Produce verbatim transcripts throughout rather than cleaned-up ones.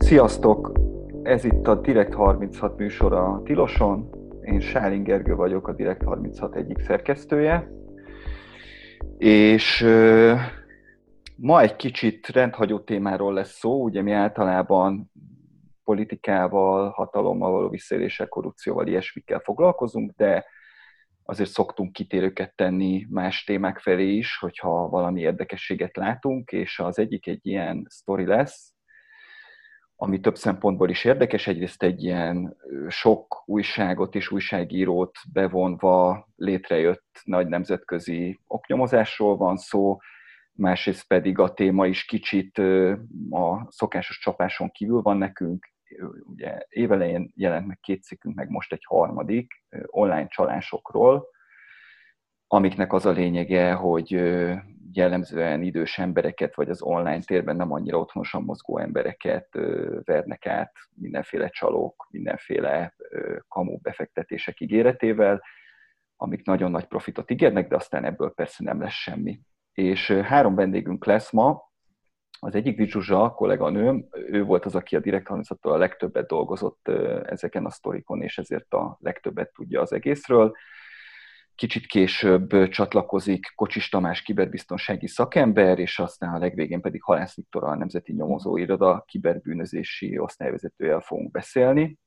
Sziasztok! Ez itt a Direkt harminchat műsora a Tiloson. Én Sárin Gergő vagyok, a Direkt harminchat egyik szerkesztője. És euh, ma egy kicsit rendhagyó témáról lesz szó. Ugye mi általában politikával, hatalommal való visszaéléssel, korrupcióval, ilyesmikkel foglalkozunk, de azért szoktunk kitérőket tenni más témák felé is, hogyha valami érdekességet látunk, és az egyik egy ilyen sztori lesz, ami több szempontból is érdekes. Egyrészt egy ilyen sok újságot és újságírót bevonva létrejött nagy nemzetközi oknyomozásról van szó, másrészt pedig a téma is kicsit a szokásos csapáson kívül van nekünk. Ugye évelején jelent meg két cikkünk, meg most egy harmadik online csalásokról, amiknek az a lényege, hogy jellemzően idős embereket, vagy az online térben nem annyira otthonosan mozgó embereket vernek át mindenféle csalók, mindenféle kamu befektetések ígéretével, amik nagyon nagy profitot ígérnek, de aztán ebből persze nem lesz semmi. És három vendégünk lesz ma. Az egyik Vich Zsuzsa, kolléganőm, ő volt az, aki a Direkt harminchattól a legtöbbet dolgozott ezeken a sztorikon, és ezért a legtöbbet tudja az egészről. Kicsit később csatlakozik Kocsis Tamás kiberbiztonsági szakember, és aztán a legvégén pedig Halász Viktor, a Nemzeti Nyomozóiroda kiberbűnözési osztályvezetőjével fogunk beszélni.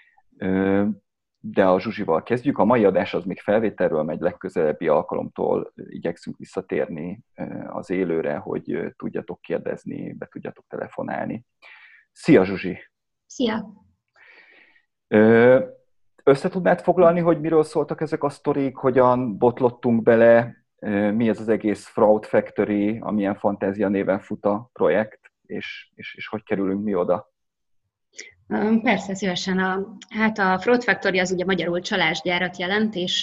De a Zsuzsival kezdjük. A mai adás az még felvételről megy, legközelebbi alkalomtól igyekszünk visszatérni az élőre, hogy tudjatok kérdezni, be tudjatok telefonálni. Szia, Zsuzsi! Szia! Össze tudnád foglalni, hogy miről szóltak ezek a sztorik, hogyan botlottunk bele, mi ez az egész Fraud Factory, amilyen Fantázia néven fut a projekt, és, és, és hogy kerülünk mi oda? Persze, szívesen. A, hát a Fraud Factory az ugye magyarul csalásgyárat jelent, és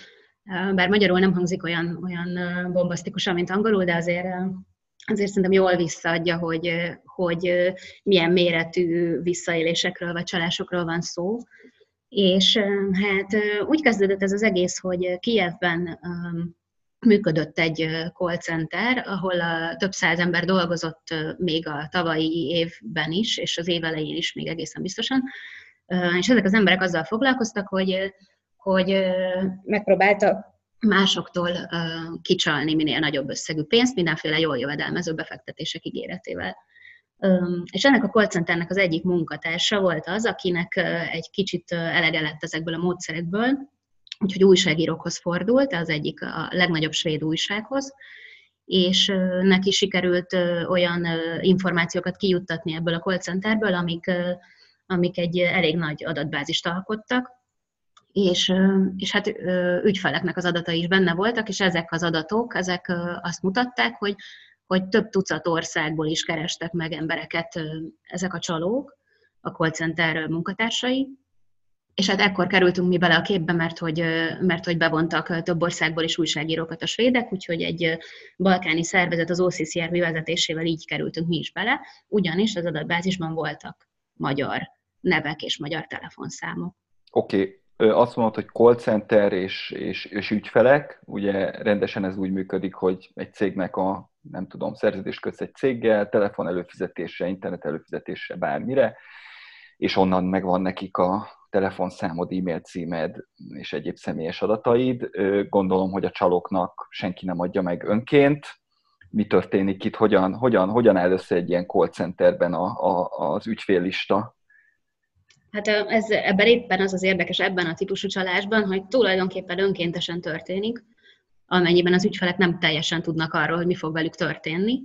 bár magyarul nem hangzik olyan, olyan bombasztikusan, mint angolul, de azért, azért szerintem jól visszaadja, hogy, hogy milyen méretű visszaélésekről vagy csalásokról van szó. És hát úgy kezdődött ez az egész, hogy Kijevben működött egy call center, ahol a több száz ember dolgozott még a tavalyi évben is, és az év elején is még egészen biztosan. És ezek az emberek azzal foglalkoztak, hogy, hogy megpróbáltak másoktól kicsalni minél nagyobb összegű pénzt, mindenféle jól jövedelmező befektetések ígéretével. És ennek a call centernek az egyik munkatársa volt az, akinek egy kicsit elege lett ezekből a módszerekből, úgyhogy újságírókhoz fordult, az egyik a legnagyobb svéd újsághoz, és neki sikerült olyan információkat kijuttatni ebből a call centerből, amik, amik egy elég nagy adatbázist alkottak, és, és hát ügyfeleknek az adatai is benne voltak, és ezek az adatok, ezek azt mutatták, hogy hogy több tucat országból is kerestek meg embereket ezek a csalók, a call center munkatársai, és hát ekkor kerültünk mi bele a képbe, mert hogy, mert hogy bevontak több országból is újságírókat a svédek, úgyhogy egy balkáni szervezet, az o cé cé er bé vezetésével így kerültünk mi is bele, ugyanis az adatbázisban voltak magyar nevek és magyar telefonszámok. Oké. Okay. Azt mondod, hogy call center és, és, és ügyfelek, ugye rendesen ez úgy működik, hogy egy cégnek a, nem tudom, szerződést kötsz egy céggel, telefon előfizetésre, internet előfizetésre, bármire, és onnan megvan nekik a telefonszámod, e-mail címed és egyéb személyes adataid. Gondolom, hogy a csalóknak senki nem adja meg önként. Mi történik itt, hogyan, hogyan, hogyan áll össze egy ilyen call centerben a, a, az ügyféllista? Hát ez, ebben éppen az az érdekes ebben a típusú csalásban, hogy tulajdonképpen önkéntesen történik, amennyiben az ügyfelek nem teljesen tudnak arról, hogy mi fog velük történni.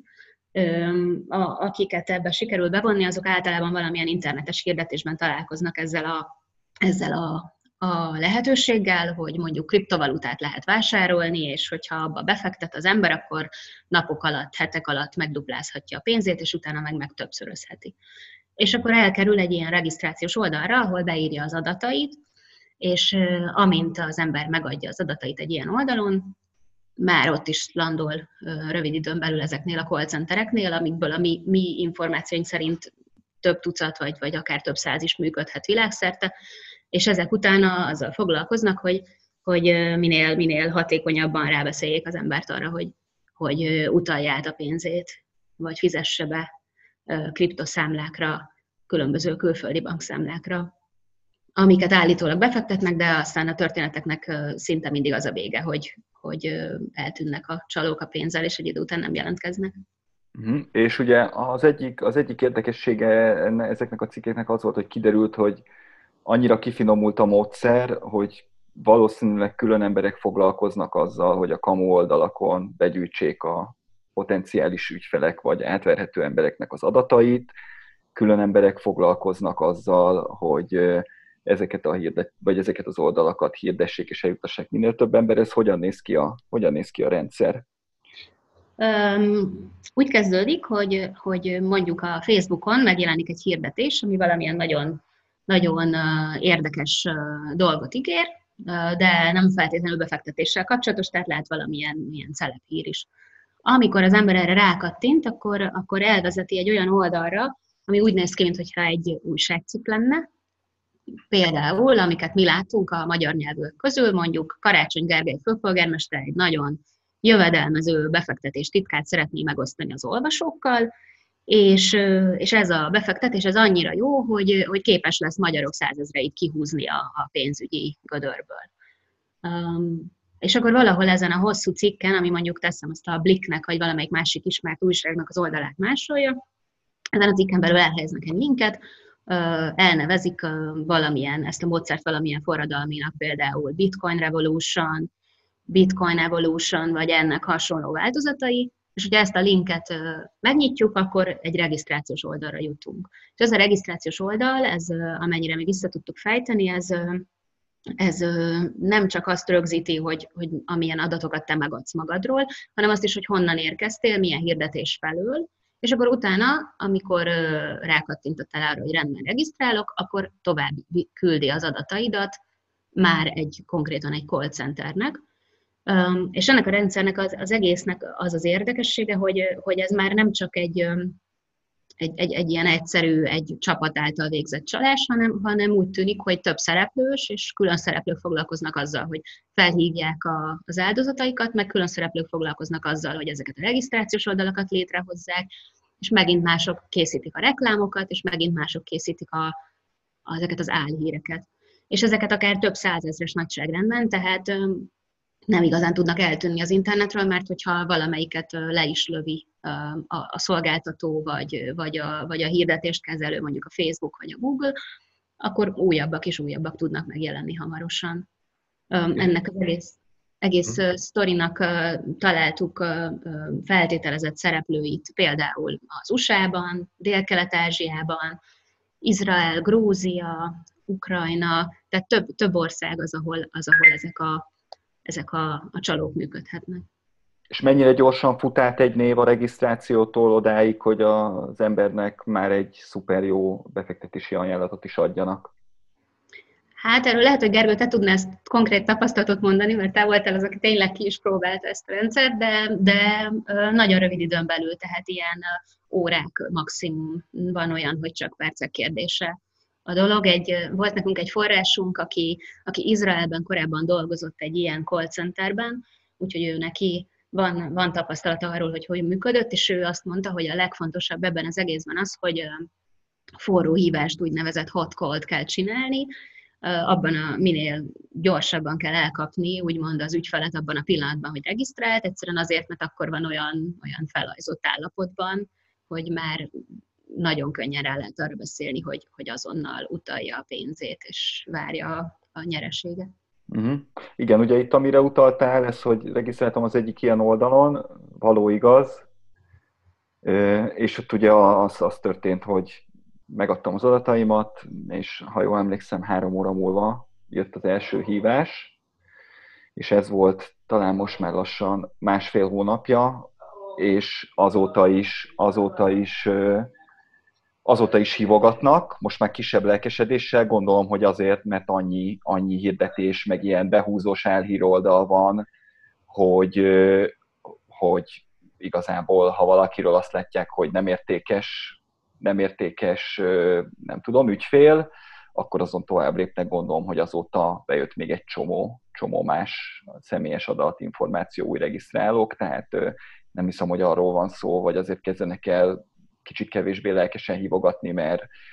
A, akiket ebbe sikerül bevonni, azok általában valamilyen internetes hirdetésben találkoznak ezzel a, ezzel a, a lehetőséggel, hogy mondjuk kriptovalutát lehet vásárolni, és hogyha abba befektet az ember, akkor napok alatt, hetek alatt megduplázhatja a pénzét, és utána meg megtöbbszörözheti. És akkor elkerül egy ilyen regisztrációs oldalra, ahol beírja az adatait, és amint az ember megadja az adatait egy ilyen oldalon, már ott is landol rövid időn belül ezeknél a call centereknél, amikből a mi, mi információink szerint több tucat, vagy, vagy akár több száz is működhet világszerte, és ezek utána azzal foglalkoznak, hogy, hogy minél, minél hatékonyabban rábeszéljék az embert arra, hogy, hogy utalja át a pénzét, vagy fizesse be kriptoszámlákra különböző külföldi bankszámlákra, amiket állítólag befektetnek, de aztán a történeteknek szinte mindig az a vége, hogy, hogy eltűnnek a csalók a pénzzel, és egy idő után nem jelentkeznek. Uh-huh. És ugye az egyik, az egyik érdekessége ezeknek a cikkeknek az volt, hogy kiderült, hogy annyira kifinomult a módszer, hogy valószínűleg külön emberek foglalkoznak azzal, hogy a kamu oldalakon begyűjtsék a potenciális ügyfelek vagy átverhető embereknek az adatait, külön emberek foglalkoznak azzal, hogy ezeket, a hirdet, vagy ezeket az oldalakat hirdessék és eljutassák minél több emberhez. Hogyan néz ki a, hogyan néz ki a rendszer? Um, úgy kezdődik, hogy, hogy mondjuk a Facebookon megjelenik egy hirdetés, ami valamilyen nagyon, nagyon uh, érdekes uh, dolgot ígér, uh, de nem feltétlenül befektetéssel kapcsolatos, tehát lehet valamilyen milyen celephír is. Amikor az ember erre rákattint, akkor, akkor elvezeti egy olyan oldalra, ami úgy néz ki, mintha egy újságcikk lenne. Például, amiket mi láttunk a magyar nyelvűek közül, mondjuk Karácsony Gergely főpolgármester egy nagyon jövedelmező befektetés titkát szeretné megosztani az olvasókkal, és, és ez a befektetés ez annyira jó, hogy, hogy képes lesz magyarok százezreit kihúzni a, a pénzügyi gödörből. Um, és akkor valahol ezen a hosszú cikken, ami mondjuk teszem azt a Blicknek, vagy valamelyik másik ismert újságnak az oldalát másolja, ezen a cikken belül elhelyeznek egy linket, elnevezik valamilyen, ezt a módszert valamilyen forradalminak, például Bitcoin Revolution, Bitcoin Evolution, vagy ennek hasonló változatai, és hogyha ezt a linket megnyitjuk, akkor egy regisztrációs oldalra jutunk. És ez a regisztrációs oldal, ez, amennyire még vissza tudtuk fejteni, ez, ez nem csak azt rögzíti, hogy, hogy amilyen adatokat te megadsz magadról, hanem azt is, hogy honnan érkeztél, milyen hirdetés felől, és akkor utána, amikor rákattintottál arra, hogy rendben regisztrálok, akkor tovább küldi az adataidat már egy konkrétan egy call centernek. Um, és ennek a rendszernek az, az egésznek az az érdekessége, hogy, hogy ez már nem csak egy, egy, egy, egy ilyen egyszerű, egy csapat által végzett csalás, hanem, hanem úgy tűnik, hogy több szereplős, és külön szereplők foglalkoznak azzal, hogy felhívják a, az áldozataikat, meg külön szereplők foglalkoznak azzal, hogy ezeket a regisztrációs oldalakat létrehozzák, és megint mások készítik a reklámokat, és megint mások készítik a, a, ezeket az álhíreket. És ezeket akár több százezres nagyságrendben, tehát nem igazán tudnak eltűnni az internetről, mert hogyha valamelyiket le is lövi a, a szolgáltató, vagy, vagy, a, vagy a hirdetést kezelő, mondjuk a Facebook vagy a Google, akkor újabbak és újabbak tudnak megjelenni hamarosan. Ennek az egész, egész sztorinak találtuk feltételezett szereplőit például az u es á-ban, Dél-Kelet-Ázsiában, Izrael, Grúzia, Ukrajna, tehát több, több ország az, ahol, az, ahol ezek a ezek a, a csalók működhetnek. És mennyire gyorsan fut át egy név a regisztrációtól odáig, hogy az embernek már egy szuper jó befektetési ajánlatot is adjanak? Hát erről lehet, hogy Gergő, te tudnál ezt konkrét tapasztalatot mondani, mert te voltál az, aki tényleg ki is próbálta ezt a rendszert, de, de nagyon rövid időn belül, tehát ilyen órák maximum van olyan, hogy csak percek kérdése a dolog. Egy, volt nekünk egy forrásunk, aki, aki Izraelben korábban dolgozott egy ilyen call centerben, úgyhogy ő neki van, van tapasztalata arról, hogy hogy működött, és ő azt mondta, hogy a legfontosabb ebben az egészben az, hogy forró hívást, úgynevezett hot call-t kell csinálni, abban a minél gyorsabban kell elkapni, úgymond az ügyfelet abban a pillanatban, hogy regisztrált, egyszerűen azért, mert akkor van olyan, olyan felajzott állapotban, hogy már nagyon könnyen rá lehet arra beszélni, hogy, hogy azonnal utalja a pénzét, és várja a, a nyereséget. Uh-huh. Igen, ugye itt amire utaltál, ez, hogy regisztráltam az egyik ilyen oldalon, való igaz, és ott ugye az, az történt, hogy megadtam az adataimat, és ha jól emlékszem, három óra múlva jött az első hívás, és ez volt talán most már lassan másfél hónapja, és azóta is, azóta is, azóta is hívogatnak, most már kisebb lelkesedéssel, gondolom, hogy azért, mert annyi, annyi hirdetés, meg ilyen behúzós álhíroldal van, hogy, hogy igazából, ha valakiről azt látják, hogy nem értékes, nem értékes, nem tudom, ügyfél, akkor azon tovább lépnek, gondolom, hogy azóta bejött még egy csomó, csomó más személyes adat, információ, új regisztrálók, tehát nem hiszem, hogy arról van szó, vagy azért kezdenek el kicsit kevésbé lelkesen hívogatni, mert,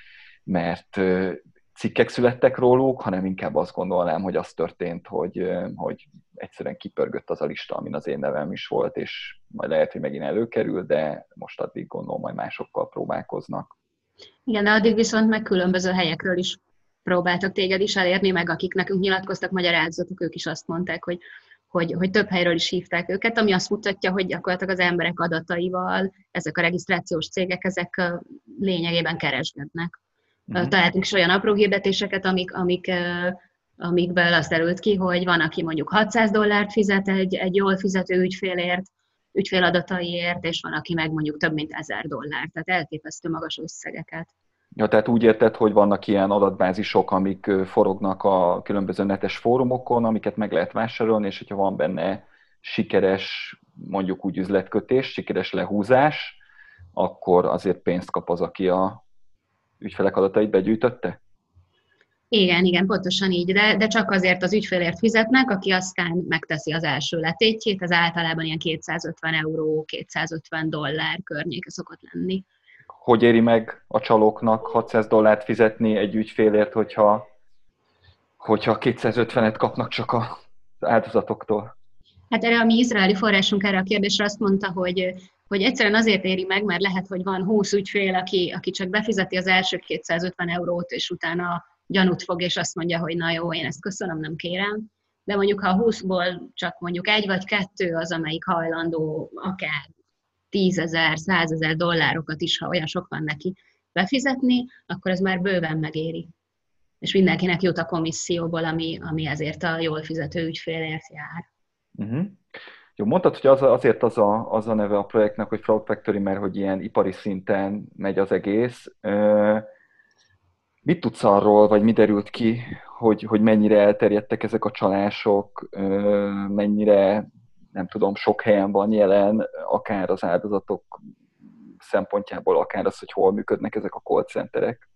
mert cikkek születtek róluk, hanem inkább azt gondolnám, hogy az történt, hogy, hogy egyszerűen kipörgött az a lista, amin az én nevem is volt, és majd lehet, hogy megint előkerül, de most addig gondolom, majd másokkal próbálkoznak. Igen, de addig viszont meg különböző helyekről is próbáltak téged is elérni, meg akik nekünk nyilatkoztak magyarázatok, ők is azt mondták, hogy, hogy, hogy több helyről is hívták őket, ami azt mutatja, hogy gyakorlatilag az emberek adataival ezek a regisztrációs cégek, ezek lényegében kereskednek. Uh-huh. Találtunk is olyan apró hirdetéseket, amik, amik, amikből azt derült ki, hogy van, aki mondjuk hatszáz dollárt fizet egy, egy jól fizető ügyfélért, ügyféladataiért, és van, aki meg mondjuk több mint ezer dollár, tehát elképesztő magas összegeket. Ja, tehát úgy érted, hogy vannak ilyen adatbázisok, amik forognak a különböző netes fórumokon, amiket meg lehet vásárolni, és hogyha van benne sikeres, mondjuk úgy üzletkötés, sikeres lehúzás, akkor azért pénzt kap az, aki a ügyfelek adatait begyűjtötte? Igen, igen, pontosan így, de, de csak azért az ügyfélért fizetnek, aki aztán megteszi az első letétjét, ez általában ilyen kétszázötven euró, kétszázötven dollár környéke szokott lenni. Hogy éri meg a csalóknak hatszáz dollárt fizetni egy ügyfélért, hogyha, hogyha kétszázötvenet kapnak csak az áldozatoktól? Hát erre a mi izraeli forrásunk erre a kérdésre azt mondta, hogy, hogy egyszerűen azért éri meg, mert lehet, hogy van húsz ügyfél, aki, aki csak befizeti az első kétszázötven eurót, és utána gyanút fog, és azt mondja, hogy na jó, én ezt köszönöm, nem kérem. De mondjuk, ha a húszból csak mondjuk egy vagy kettő az, amelyik hajlandó akár tízezer, százezer dollárokat is, ha olyan sok van neki befizetni, akkor ez már bőven megéri. És mindenkinek jut a komisszióból, ami, ami ezért a jól fizető ügyfélért jár. Uh-huh. Jó, mondtad, hogy az, azért az a, az a neve a projektnek, hogy Fraud Factory, mert hogy ilyen ipari szinten megy az egész. Mit tudsz arról, vagy mi derült ki, hogy, hogy mennyire elterjedtek ezek a csalások, mennyire, nem tudom, sok helyen van jelen, akár az áldozatok szempontjából, akár az, hogy hol működnek ezek a call centerek?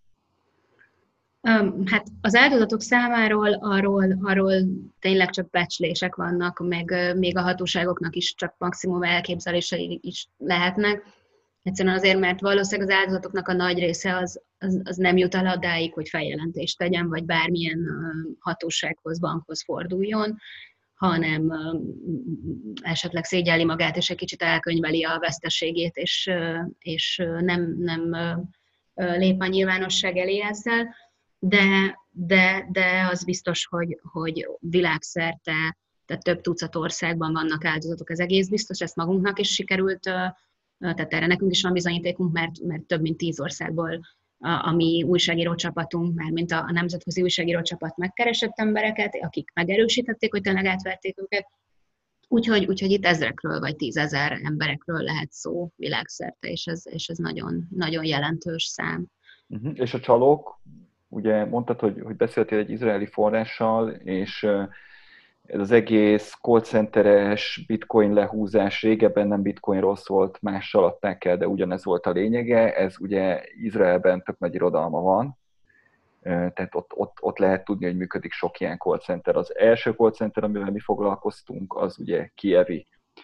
Hát az áldozatok számáról arról, arról tényleg csak becslések vannak, meg még a hatóságoknak is csak maximum elképzelései is lehetnek. Egyszerűen azért, mert valószínűleg az áldozatoknak a nagy része az, az, az nem jut el addáig, hogy feljelentést tegyen, vagy bármilyen hatósághoz, bankhoz forduljon, hanem esetleg szégyelli magát, és egy kicsit elkönyveli a veszteségét, és, és nem, nem lép a nyilvánosság elé ezzel. De, de, de az biztos, hogy, hogy világszerte, tehát több tucat országban vannak áldozatok, ez egész biztos, ezt magunknak is sikerült, tehát erre nekünk is van bizonyítékunk, mert, mert több mint tíz országból a, a mi újságíró csapatunk, már mint a, a nemzetközi újságíró csapat megkeresett embereket, akik megerősítették, hogy tényleg átverték őket. Úgyhogy, úgyhogy itt ezrekről vagy tízezer emberekről lehet szó világszerte, és ez, és ez nagyon, nagyon jelentős szám. Uh-huh. És a csalók? Ugye mondtad, hogy, hogy beszéltél egy izraeli forrással, és ez az egész call centeres bitcoin lehúzás régebben nem bitcoinról szólt, mással adták el, de ugyanez volt a lényege. Ez ugye Izraelben tök nagy irodalma van, tehát ott, ott, ott lehet tudni, hogy működik sok ilyen call center. Az első call center, amivel mi foglalkoztunk, az ugye kievi.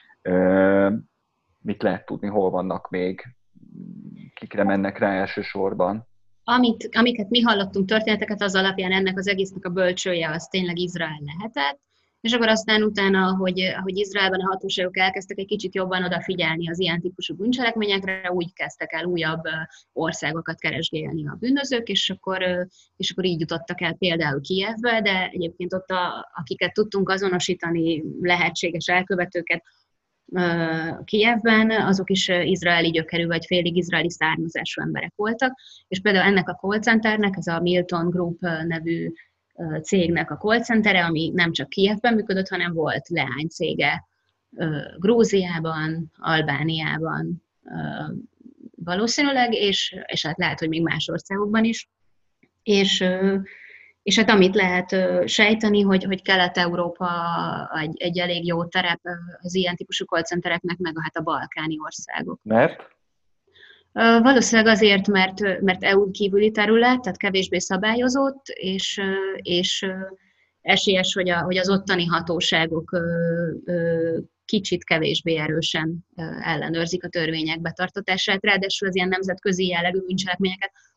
Mit lehet tudni, hol vannak még, kikre mennek rá elsősorban? Amit, amiket mi hallottunk történeteket, az alapján ennek az egésznek a bölcsője az tényleg Izrael lehetett, és akkor aztán utána, hogy, hogy Izraelben a hatóságok elkezdtek egy kicsit jobban odafigyelni az ilyen típusú bűncselekményekre, úgy kezdtek el újabb országokat keresgélni a bűnözők, és akkor, és akkor így jutottak el például Kijevbe, de egyébként ott, a, akiket tudtunk azonosítani, lehetséges elkövetőket, Kijevben, azok is izraeli gyökerű vagy félig izraeli származású emberek voltak, és például ennek a call centernek, ez a Milton Group nevű cégnek a call centere, ami nem csak Kijevben működött, hanem volt leánycége Grúziában, Albániában valószínűleg, és, és hát lehet, hogy még más országokban is. És És hát amit lehet sejteni, hogy, hogy Kelet-Európa egy, egy elég jó terep az ilyen típusú call centereknek, meg hát a balkáni országok. Mert? Valószínűleg azért, mert, mert é u-n kívüli terület, tehát kevésbé szabályozott, és, és esélyes, hogy, a, hogy az ottani hatóságok kicsit kevésbé erősen ellenőrzik a törvények betartatását, ráadásul az ilyen nemzetközi jellegű bűncselekményeket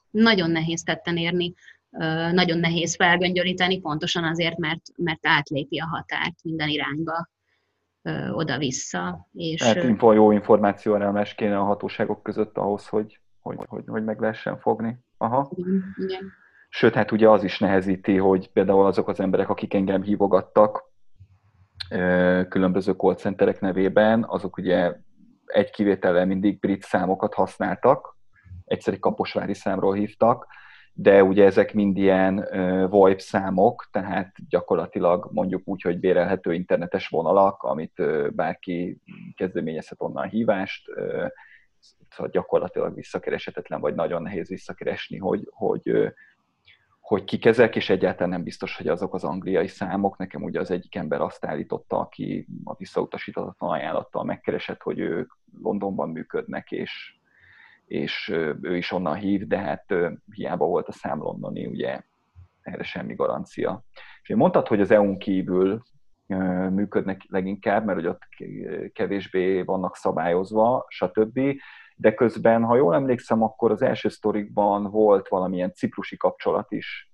nagyon nehéz tetten érni, nagyon nehéz felgöngyölíteni, pontosan azért, mert, mert átlépi a határt minden irányba, oda-vissza. És Tehát info, jó információáramlás kéne a hatóságok között ahhoz, hogy, hogy, hogy, hogy meg lehessen fogni. Aha. igen, igen. Sőt, hát ugye az is nehezíti, hogy például azok az emberek, akik engem hívogattak különböző call centerek nevében, azok ugye egy kivétellel mindig brit számokat használtak, egyszeri kaposvári számról hívtak, de ugye ezek mind ilyen VoIP számok, tehát gyakorlatilag mondjuk úgy, hogy bérelhető internetes vonalak, amit bárki kezdeményezhet onnan hívást, szóval gyakorlatilag visszakeresetetlen, vagy nagyon nehéz visszakeresni, hogy, hogy, hogy kik ezek, és egyáltalán nem biztos, hogy azok az angliai számok. Nekem ugye az egyik ember azt állította, aki a visszautasítatlan ajánlattal megkeresett, hogy ők Londonban működnek, és és ő is onnan hív, de hát hiába volt a szám londoni, ugye erre semmi garancia. És én mondtad, hogy az é u-n kívül működnek leginkább, mert hogy ott kevésbé vannak szabályozva, stb. De közben, ha jól emlékszem, akkor az első sztorikban volt valamilyen ciprusi kapcsolat is.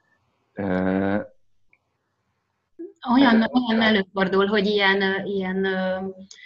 Olyan, olyan előfordul, hogy ilyen, ilyen ö,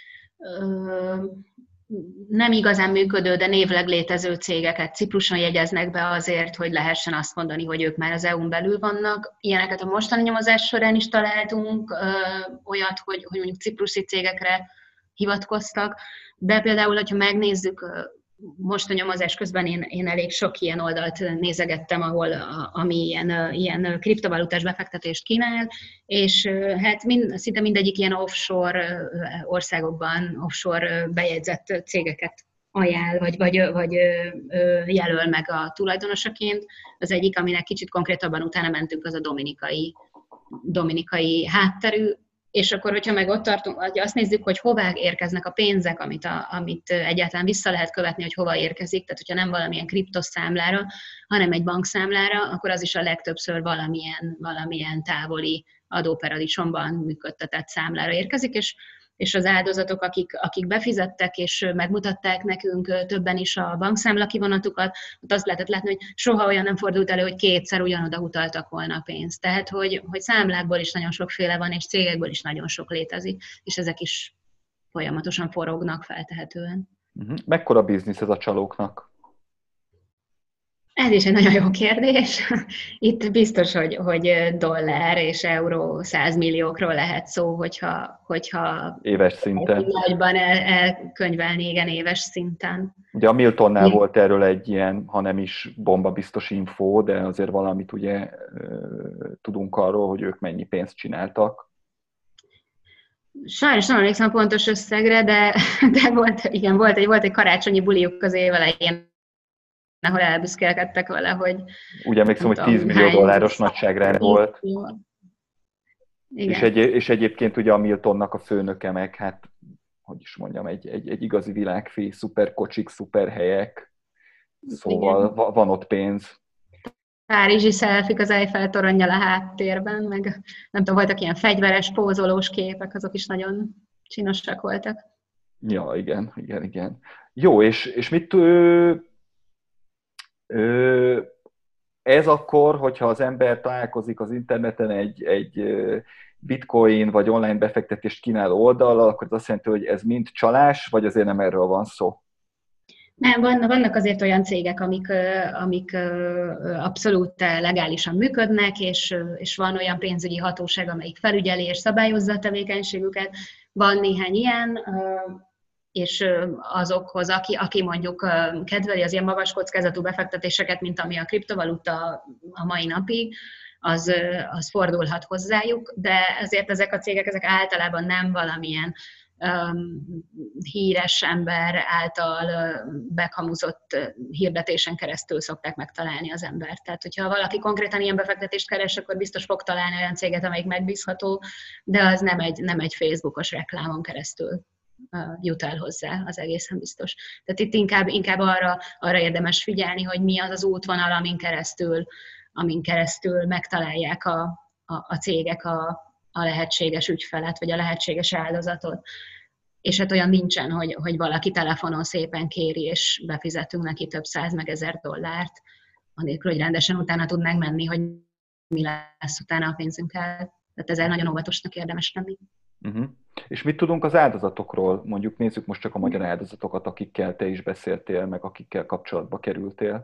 ö, nem igazán működő, de névleg létező cégeket Cipruson jegyeznek be azért, hogy lehessen azt mondani, hogy ők már az é u-n belül vannak. Ilyeneket a mostani nyomozás során is találtunk, ö, olyat, hogy, hogy mondjuk ciprusi cégekre hivatkoztak, de például, hogyha megnézzük, most a nyomozás közben én, én elég sok ilyen oldalt nézegettem, ahol, a, ami ilyen, ilyen kriptovalutás befektetést kínál, és hát mind, szinte mindegyik ilyen offshore országokban, offshore bejegyzett cégeket ajánl, vagy, vagy, vagy jelöl meg a tulajdonosaként. Az egyik, aminek kicsit konkrétabban utána mentünk, az a dominikai, dominikai hátterű, és akkor, hogyha meg ott tartunk, hogy azt nézzük, hogy hová érkeznek a pénzek, amit, a, amit egyáltalán vissza lehet követni, hogy hova érkezik, tehát hogyha nem valamilyen kriptoszámlára, hanem egy bankszámlára, akkor az is a legtöbbször valamilyen, valamilyen távoli adóparadicsomban működtetett számlára érkezik, és, és az áldozatok, akik, akik befizettek, és megmutatták nekünk többen is a bankszámla kivonatukat, ott azt lehetett látni, hogy soha olyan nem fordult elő, hogy kétszer ugyanoda utaltak volna a pénzt. Tehát, hogy, hogy számlákból is nagyon sokféle van, és cégekből is nagyon sok létezik, és ezek is folyamatosan forognak feltehetően. Mekkora biznisz ez a csalóknak? Ez is egy nagyon jó kérdés. Itt biztos, hogy, hogy dollár és euró százmilliókról lehet szó, hogyha, hogyha éves szinten. Nagyban el, elkönyvelni, igen, éves szinten. Ugye a Miltonnál igen. Volt erről egy ilyen, ha nem is bombabiztos info, de azért valamit ugye tudunk arról, hogy ők mennyi pénzt csináltak. Sajnos nem emlékszem a pontos összegre, de, de volt, igen, volt, egy, volt egy karácsonyi buliuk az év elején, ahol elbüszkélkedtek vele, hogy... Úgy emlékszem, hogy tíz millió dolláros nagyságrend volt. És, egy, és egyébként ugye a Miltonnak a főnöke meg, hát, hogy is mondjam, egy, egy, egy igazi világfi, szuper kocsik, szuper helyek, szóval igen. Van ott pénz. Párizsi szelfik az Eiffel toronnyal a háttérben, meg nem tudom, voltak ilyen fegyveres, pózolós képek, azok is nagyon csinosak voltak. Ja, igen, igen, igen. Jó, és, és mit... Ö, ö, ez akkor, hogyha az ember találkozik az interneten egy, egy bitcoin vagy online befektetést kínáló oldallal, akkor az azt jelenti, hogy ez mind csalás, vagy azért nem erről van szó? Nem, vannak azért olyan cégek, amik, amik abszolút legálisan működnek, és, és van olyan pénzügyi hatóság, amelyik felügyeli és szabályozza a tevékenységüket. Van néhány ilyen, és azokhoz, aki, aki mondjuk kedveli az ilyen magas kockázatú befektetéseket, mint ami a kriptovaluta a mai napig, az, az fordulhat hozzájuk, de ezért ezek a cégek ezek általában nem valamilyen um, híres ember által behamuzott hirdetésen keresztül szokták megtalálni az embert. Tehát, hogyha valaki konkrétan ilyen befektetést keres, akkor biztos fog találni olyan céget, amelyik megbízható, de az nem egy, nem egy Facebookos reklámon keresztül jut el hozzá, az egészen biztos. Tehát itt inkább, inkább arra, arra érdemes figyelni, hogy mi az az útvonal, amin keresztül, amin keresztül megtalálják a, a, a cégek a, a lehetséges ügyfelet, vagy a lehetséges áldozatot. És hát olyan nincsen, hogy, hogy valaki telefonon szépen kéri, és befizetünk neki több száz meg ezer dollárt. anélkül, hogy rendesen utána tudnánk menni, hogy mi lesz utána a pénzünkkel. Tehát ezzel nagyon óvatosnak érdemes lenni. Uh-huh. És mit tudunk az áldozatokról? Mondjuk nézzük most csak a magyar áldozatokat, akikkel te is beszéltél, meg akikkel kapcsolatba kerültél.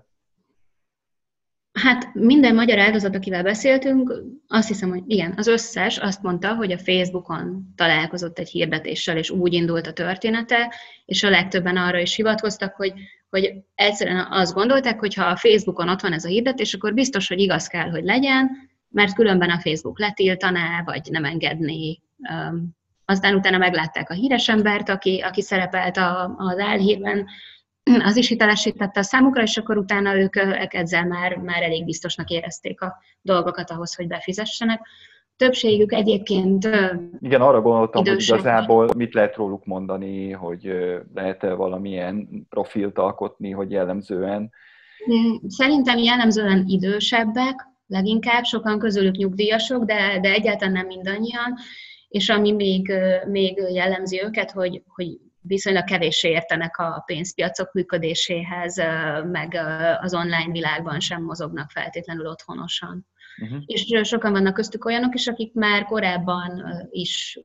Hát minden magyar áldozat, akivel beszéltünk, azt hiszem, hogy igen, az összes azt mondta, hogy a Facebookon találkozott egy hirdetéssel, és úgy indult a története, és a legtöbben arra is hivatkoztak, hogy, hogy egyszerűen azt gondolták, hogy ha a Facebookon ott van ez a hirdetés, akkor biztos, hogy igaz kell, hogy legyen, mert különben a Facebook letiltaná, vagy nem engedné. Aztán utána meglátták a híres embert, aki, aki szerepelt a, az álhírben, az is hitelesítette a számukra, és akkor utána ők, ők ezzel már, már elég biztosnak érezték a dolgokat ahhoz, hogy befizessenek. Többségük egyébként igen, arra gondoltam, idősek. hogy igazából mit lehet róluk mondani, hogy lehet-e valamilyen profilt alkotni, hogy jellemzően. Szerintem jellemzően idősebbek, leginkább sokan közülük nyugdíjasok, de, de egyáltalán nem mindannyian, és ami még, még jellemzi őket, hogy, hogy viszonylag kevéssé értenek a pénzpiacok működéséhez, meg az online világban sem mozognak feltétlenül otthonosan. Uh-huh. És sokan vannak köztük olyanok is, akik már korábban is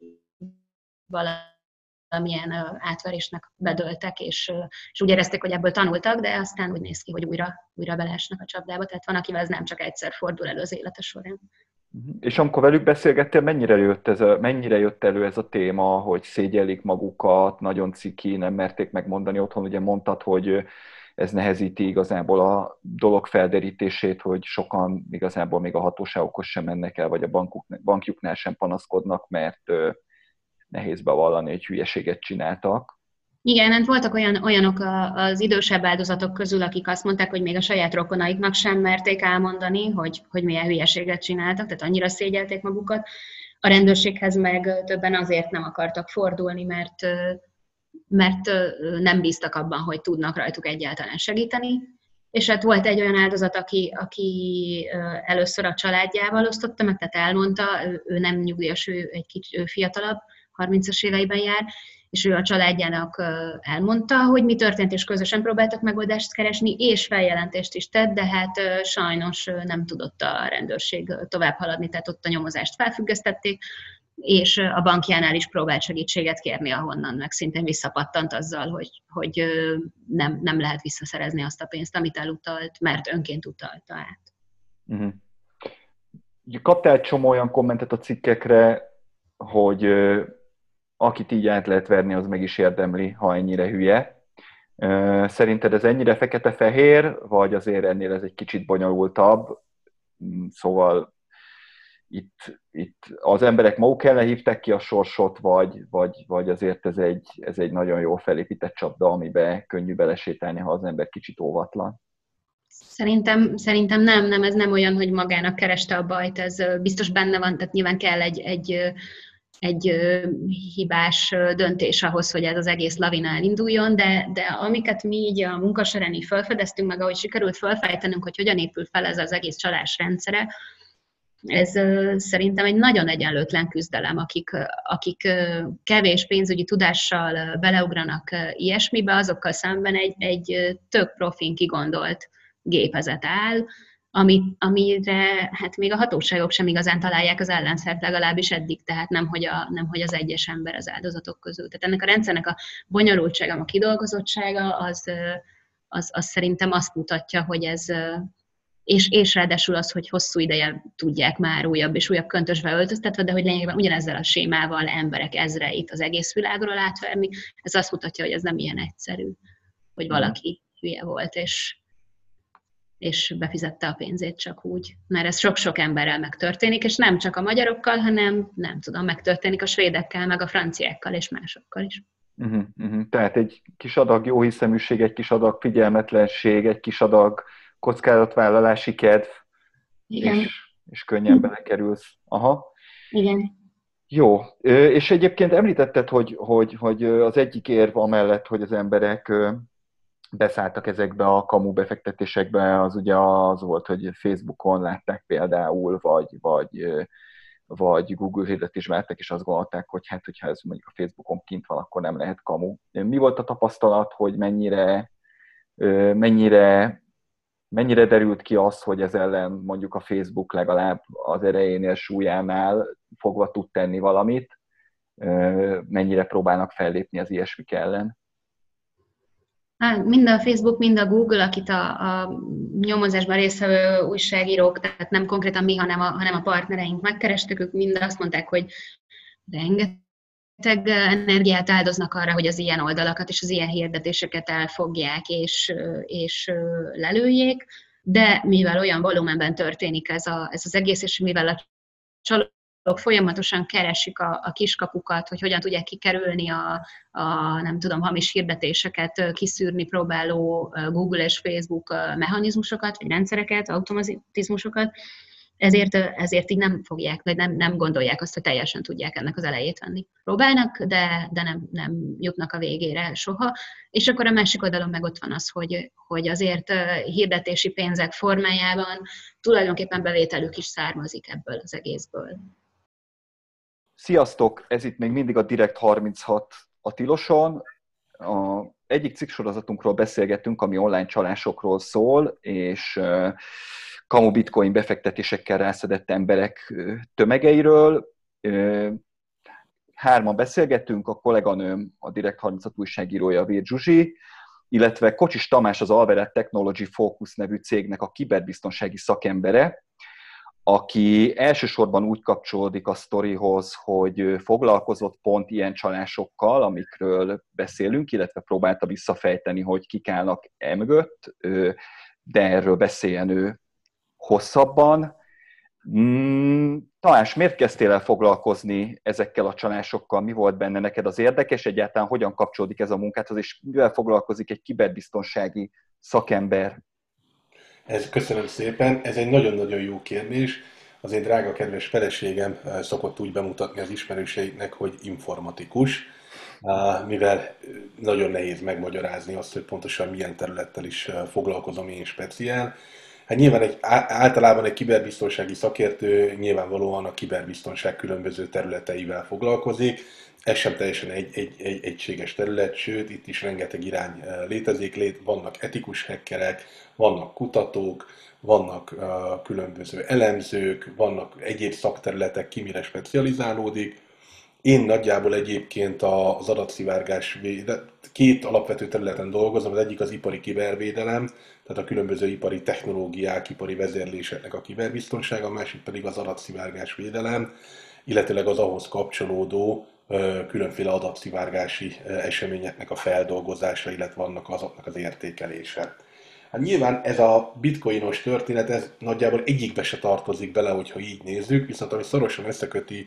valamilyen átverésnek bedöltek, és, és úgy érezték, hogy ebből tanultak, de aztán úgy néz ki, hogy újra, újra beleesnek a csapdába. Tehát van, akivel ez nem csak egyszer fordul elő az élete során. És amikor velük beszélgettél, mennyire jött, ez a, mennyire jött elő ez a téma, hogy szégyellik magukat, nagyon ciki, nem merték megmondani otthon? Ugye mondtad, hogy ez nehezíti igazából a dolog felderítését, hogy sokan igazából még a hatóságokhoz sem mennek el, vagy a bankuk, bankjuknál sem panaszkodnak, mert nehéz bevallani, hogy hülyeséget csináltak. Igen, hát voltak olyan, olyanok az idősebb áldozatok közül, akik azt mondták, hogy még a saját rokonaiknak sem merték elmondani, hogy, hogy milyen hülyeséget csináltak, tehát annyira szégyelték magukat. A rendőrséghez meg többen azért nem akartak fordulni, mert, mert nem bíztak abban, hogy tudnak rajtuk egyáltalán segíteni. És hát volt egy olyan áldozat, aki, aki először a családjával osztotta meg, tehát elmondta, ő, ő nem nyugdíjas, ő egy kicsit ő fiatalabb, harmincas éveiben jár, és ő a családjának elmondta, hogy mi történt, és közösen próbáltak megoldást keresni, és feljelentést is tett, de hát sajnos nem tudott a rendőrség tovább haladni, tehát ott a nyomozást felfüggesztették, és a bankjánál is próbált segítséget kérni, ahonnan meg szintén visszapattant azzal, hogy, hogy nem, nem lehet visszaszerezni azt a pénzt, amit elutalt, mert önként utalta át. Uh-huh. Kaptál egy csomó olyan kommentet a cikkekre, hogy akit így át lehet verni, az meg is érdemli, ha ennyire hülye. Szerinted ez ennyire fekete-fehér, vagy azért ennél ez egy kicsit bonyolultabb? Szóval itt, itt az emberek maguk ellen hívták ki a sorsot, vagy, vagy, vagy azért ez egy, ez egy nagyon jól felépített csapda, amiben könnyű belesétálni, ha az ember kicsit óvatlan? Szerintem, szerintem nem, nem, ez nem olyan, hogy magának kereste a bajt, ez biztos benne van, tehát nyilván kell egy, egy egy hibás döntés ahhoz, hogy ez az egész lavina elinduljon, de, de amiket mi így a munka során így felfedeztünk, meg ahogy sikerült felfejtenünk, hogy hogyan épül fel ez az egész csalás rendszere, ez szerintem egy nagyon egyenlőtlen küzdelem, akik, akik kevés pénzügyi tudással beleugranak ilyesmibe, azokkal szemben egy, egy tök profin kigondolt gépezet áll, Ami, amire hát még a hatóságok sem igazán találják az ellenszert, legalábbis eddig, tehát nem hogy, a, nem, hogy az egyes ember az áldozatok közül. Tehát ennek a rendszernek a bonyolultsága, a kidolgozottsága, az, az, az szerintem azt mutatja, hogy ez, és, és ráadásul az, hogy hosszú ideje tudják már újabb és újabb köntösbe öltöztetve, de hogy lényegében ugyanezzel a sémával emberek ezreit az egész világról átverni, ez azt mutatja, hogy ez nem ilyen egyszerű, hogy valaki hülye volt, és és befizette a pénzét csak úgy. Mert ez sok-sok emberrel megtörténik, és nem csak a magyarokkal, hanem nem tudom, megtörténik a svédekkel, meg a franciákkal és másokkal is. Uh-huh, uh-huh. Tehát egy kis adag jóhiszeműség, egy kis adag figyelmetlenség, egy kis adag kockázatvállalási kedv, és, és könnyen belekerülsz. Aha. Igen. Jó, és egyébként említetted, hogy, hogy, hogy az egyik érv amellett, hogy az emberek beszálltak ezekbe a kamu befektetésekbe, az ugye az volt, hogy Facebookon látták például, vagy, vagy, vagy Google hirdetést vártak, és azt gondolták, hogy hát, hogyha ez mondjuk a Facebookon kint van, akkor nem lehet kamu. Mi volt a tapasztalat, hogy mennyire, mennyire mennyire derült ki az, hogy ez ellen mondjuk a Facebook legalább az erejénél, súlyánál fogva tud tenni valamit, mennyire próbálnak fellépni az ilyesmik ellen? Hát mind a Facebook, mind a Google, akit a, a nyomozásban résztvevő újságírók, tehát nem konkrétan mi, hanem a, hanem a partnereink megkerestük, ők mind azt mondták, hogy rengeteg energiát áldoznak arra, hogy az ilyen oldalakat és az ilyen hirdetéseket elfogják és, és lelőjék, de mivel olyan volumenben történik ez, a, ez az egész, és mivel a csalók folyamatosan keresik a, a kiskapukat, hogy hogyan tudják kikerülni a, a, nem tudom, hamis hirdetéseket kiszűrni próbáló Google és Facebook mechanizmusokat, vagy rendszereket, automatizmusokat, ezért, ezért így nem fogják, vagy nem, nem gondolják azt, hogy teljesen tudják ennek az elejét venni. Próbálnak, de, de nem, nem jutnak a végére soha. És akkor a másik oldalon meg ott van az, hogy, hogy azért hirdetési pénzek formájában tulajdonképpen bevételük is származik ebből az egészből. Sziasztok! Ez itt még mindig a Direkt harminchat a Tiloson. A egyik cikksorozatunkról beszélgettünk, ami online csalásokról szól, és kamu bitcoin befektetésekkel rászedett emberek tömegeiről. Hárman beszélgettünk, a kolléganőm, a Direkt harminchat újságírója, Vér Zsuzsi, illetve Kocsis Tamás, az Alveret Technology Focus nevű cégnek a kiberbiztonsági szakembere, aki elsősorban úgy kapcsolódik a sztorihoz, hogy foglalkozott pont ilyen csalásokkal, amikről beszélünk, illetve próbálta visszafejteni, hogy kik állnak emögött, de erről beszéljen ő hosszabban. Tamás, miért kezdtél el foglalkozni ezekkel a csalásokkal? Mi volt benne neked az érdekes? Egyáltalán hogyan kapcsolódik ez a munkádhoz, és mivel foglalkozik egy kiberbiztonsági szakember? Ez, köszönöm szépen, ez egy nagyon-nagyon jó kérdés. Az én drága kedves feleségem szokott úgy bemutatni az ismerőseiknek, hogy informatikus, mivel nagyon nehéz megmagyarázni azt, hogy pontosan milyen területtel is foglalkozom én speciál. Hát nyilván egy, általában egy kiberbiztonsági szakértő nyilvánvalóan a kiberbiztonság különböző területeivel foglalkozik. Ez sem teljesen egy, egy, egy egységes terület, sőt, itt is rengeteg irány létezik. Lét, vannak etikus hackerek, vannak kutatók, vannak uh, különböző elemzők, vannak egyéb szakterületek, ki mire specializálódik. Én nagyjából egyébként az adatszivárgás, két alapvető területen dolgozom, az egyik az ipari kibervédelem, tehát a különböző ipari technológiák, ipari vezérléseknek a kiberbiztonsága, a másik pedig az adatszivárgás védelem, illetőleg az ahhoz kapcsolódó különféle adatszivárgási eseményeknek a feldolgozása, illetve annak azoknak az értékelése. Hát nyilván ez a bitcoinos történet, ez nagyjából egyikbe se tartozik bele, hogyha így nézzük, viszont ami szorosan összeköti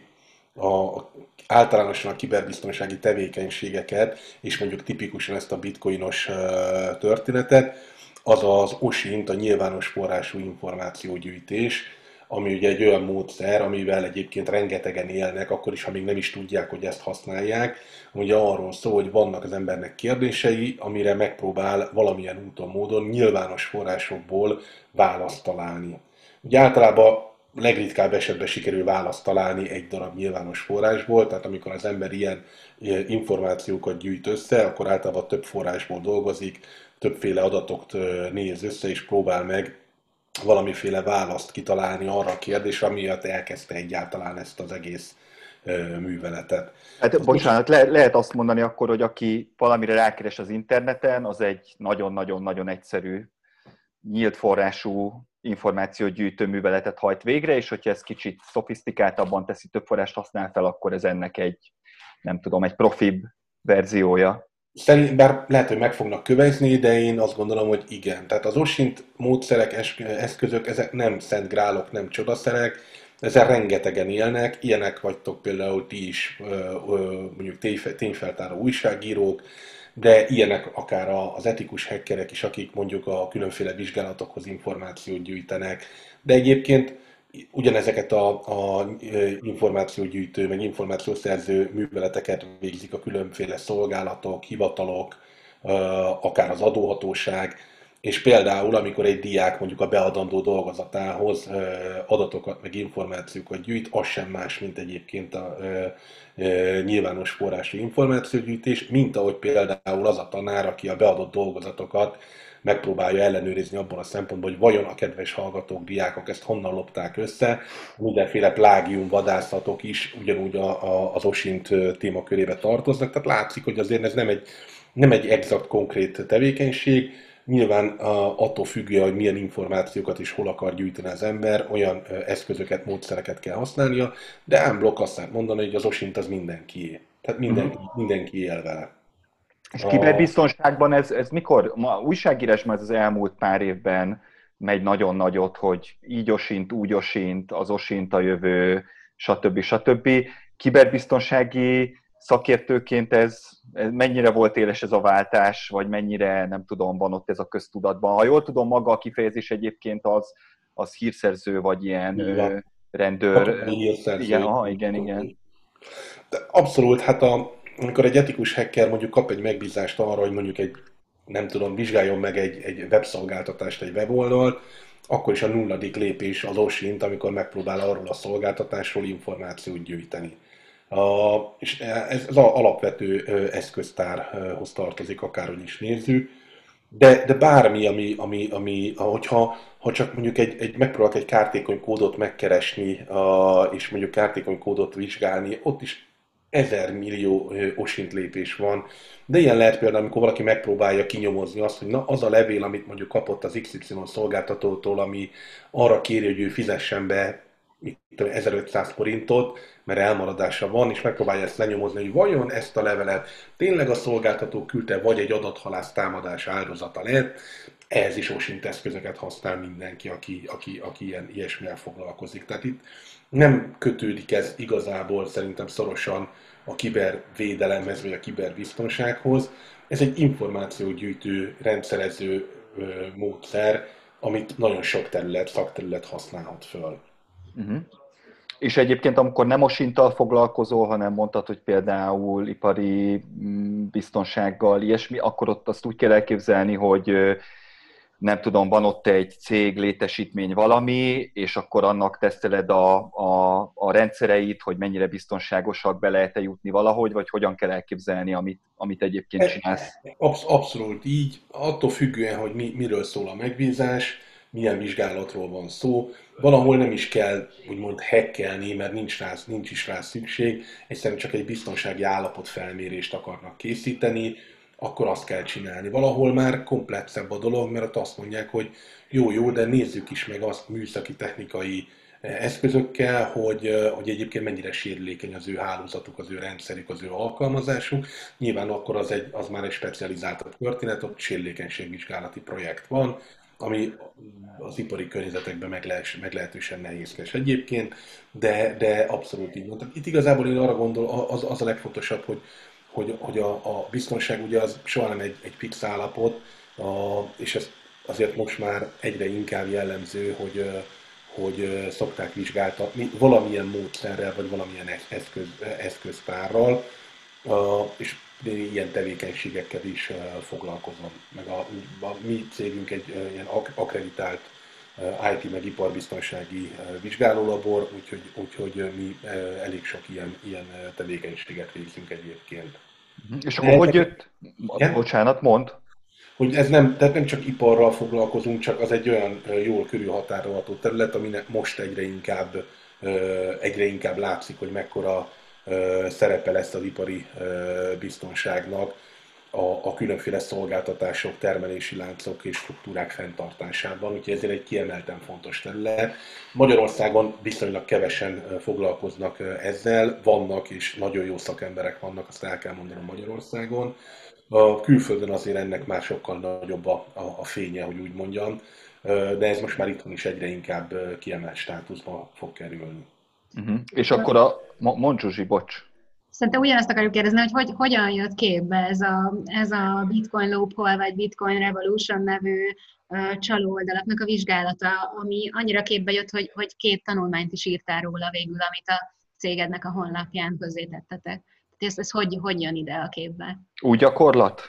a, általánosan a kiberbiztonsági tevékenységeket, és mondjuk tipikusan ezt a bitcoinos történetet, az az o es i ent, a nyilvános forrású információgyűjtés, ami ugye egy olyan módszer, amivel egyébként rengetegen élnek, akkor is, ha még nem is tudják, hogy ezt használják. Ugye arról szól, hogy vannak az embernek kérdései, amire megpróbál valamilyen úton, módon nyilvános forrásokból választ találni. Ugye általában legritkább esetben sikerül választ találni egy darab nyilvános forrásból, tehát amikor az ember ilyen információkat gyűjt össze, akkor általában több forrásból dolgozik, többféle adatot néz össze, és próbál meg valamiféle választ kitalálni arra a kérdésre, amiatt elkezdte egyáltalán ezt az egész műveletet. Hát bocsánat, le, lehet azt mondani akkor, hogy aki valamire rákeres az interneten, az egy nagyon-nagyon-nagyon egyszerű, nyílt forrású információgyűjtő műveletet hajt végre, és hogyha ez kicsit szofisztikáltabban teszi, több forrást használ fel, akkor ez ennek egy, nem tudom, egy profibb verziója. Szerint, bár lehet, hogy meg fognak kövezni, de én azt gondolom, hogy igen. Tehát az o es i ent módszerek, eszközök, ezek nem szent grálok, nem csodaszerek, ezzel rengetegen élnek, ilyenek vagytok például ti is, mondjuk tényfeltáró újságírók, de ilyenek akár az etikus hackerek is, akik mondjuk a különféle vizsgálatokhoz információt gyűjtenek, de egyébként ugyanezeket a, a információgyűjtő, meg információszerző műveleteket végzik a különféle szolgálatok, hivatalok, akár az adóhatóság, és például, amikor egy diák mondjuk a beadandó dolgozatához adatokat, meg információkat gyűjt, az sem más, mint egyébként a nyilvános forrású információgyűjtés, mint ahogy például az a tanár, aki a beadott dolgozatokat megpróbálja ellenőrizni abban a szempontból, hogy vajon a kedves hallgatók, diákok ezt honnan lopták össze. Mindenféle plágium vadászatok is ugyanúgy a, a, az Osint témakörébe tartoznak, tehát látszik, hogy azért ez nem egy, nem egy exakt konkrét tevékenység. Nyilván attól függően, hogy milyen információkat és hol akar gyűjteni az ember, olyan eszközöket, módszereket kell használnia, de unblock azt lehet mondani, hogy az Osint az mindenkié. Tehát mindenki, Uh-huh. mindenki él vele. És A... kiberbiztonságban ez, ez mikor? Ma újságírásban ez az elmúlt pár évben megy nagyon nagyot, hogy így osint, úgy osint, az osint a jövő, stb. stb. Kiberbiztonsági szakértőként ez, ez mennyire volt éles ez a váltás, vagy mennyire, nem tudom, van ott ez a köztudatban? Ha jól tudom, maga a kifejezés egyébként az, az hírszerző, vagy ilyen ö, rendőr. Igen, aha, igen, igen. De abszolút, hát a, amikor egy etikus hacker mondjuk kap egy megbízást arra, hogy mondjuk egy, nem tudom, vizsgáljon meg egy, egy webszolgáltatást, egy weboldalt, akkor is a nulladik lépés az osint, amikor megpróbál arról a szolgáltatásról információt gyűjteni. A, és ez az alapvető eszköztárhoz tartozik, akárhogy is nézzük, de, de bármi, ami, ami, ami hogyha ha csak mondjuk egy, egy, megpróbálok egy kártékony kódot megkeresni, a, és mondjuk kártékony kódot vizsgálni, ott is ezer millió osint lépés van. De ilyen lehet például, amikor valaki megpróbálja kinyomozni azt, hogy na, az a levél, amit mondjuk kapott az iksz ipszilon szolgáltatótól, ami arra kéri, hogy ő fizessen be ezerötszáz forintot, mert elmaradása van, és megpróbálja ezt lenyomozni, hogy vajon ezt a levelet tényleg a szolgáltató küldte, vagy egy adathalász támadás áldozata lett. Ehhez is osint eszközöket használ mindenki, aki, aki, aki ilyen, ilyesmivel foglalkozik. Tehát itt nem kötődik ez igazából szerintem szorosan a kibervédelemhez, vagy a kiberbiztonsághoz. Ez egy információgyűjtő, rendszerező ö, módszer, amit nagyon sok terület, szakterület használhat föl. Uh-huh. És egyébként, amikor nem osinttal foglalkozol, hanem mondtad, hogy például ipari biztonsággal, ilyesmi, akkor ott azt úgy kell elképzelni, hogy nem tudom, van ott egy cég, létesítmény valami, és akkor annak teszteled a, a, a rendszereit, hogy mennyire biztonságosak, be lehet-e jutni valahogy, vagy hogyan kell elképzelni, amit, amit egyébként csinálsz? Absz- abszolút így, attól függően, hogy mi, miről szól a megbízás, milyen vizsgálatról van szó. Valahol nem is kell úgymond hackelni, mert nincs, rá, nincs is rá szükség, egyszerűen csak egy biztonsági állapotfelmérést akarnak készíteni, akkor azt kell csinálni. Valahol már komplexebb a dolog, mert ott azt mondják, hogy jó, jó, de nézzük is meg azt műszaki, technikai eszközökkel, hogy, hogy egyébként mennyire sérülékeny az ő hálózatuk, az ő rendszerük, az ő alkalmazásuk. Nyilván akkor az, egy, az már egy specializáltabb történet, ott sérülékenységvizsgálati projekt van, ami az ipari környezetekben meglehetősen nehézkes egyébként, de, de abszolút így mondtam. Itt igazából én arra gondol, az, az a legfontosabb, hogy, hogy, hogy a, a biztonság ugye az soha nem egy, egy fix állapot, a, és ez azért most már egyre inkább jellemző, hogy, hogy szokták vizsgáltatni valamilyen módszerrel, vagy valamilyen eszköz, eszköztárral, és ilyen tevékenységekkel is foglalkozom. Meg a, a mi cégünk egy ilyen akkreditált i té meg iparbiztonsági vizsgálólabor, úgyhogy, úgyhogy mi elég sok ilyen, ilyen tevékenységet végzünk egyébként. És akkor hogy jött? Igen? Bocsánat, mondd. Hogy ez nem, tehát nem csak iparral foglalkozunk, csak az egy olyan jól körülhatárolható terület, aminek most egyre inkább, egyre inkább látszik, hogy mekkora szerepe lesz az ipari biztonságnak a, a különféle szolgáltatások, termelési láncok és struktúrák fenntartásában, úgyhogy ezért egy kiemelten fontos terület. Magyarországon viszonylag kevesen foglalkoznak ezzel, vannak és nagyon jó szakemberek vannak, azt el kell mondanom Magyarországon. A külföldön azért ennek már sokkal nagyobb a, a, a fénye, hogy úgy mondjam, de ez most már itthon is egyre inkább kiemelt státuszba fog kerülni. Uh-huh. És akkor a... Mondd Zsuzsi, bocs. Szerintem ugyanazt akarjuk kérdezni, hogy, hogy hogyan jött képbe ez a, ez a Bitcoin Loophole vagy Bitcoin Revolution nevű uh, csalóoldalaknak a vizsgálata, ami annyira képbe jött, hogy, hogy két tanulmányt is írtál róla végül, amit a cégednek a honlapján közzétettetek. Ez, ez hogy, hogy jön ide a képbe? Új gyakorlat?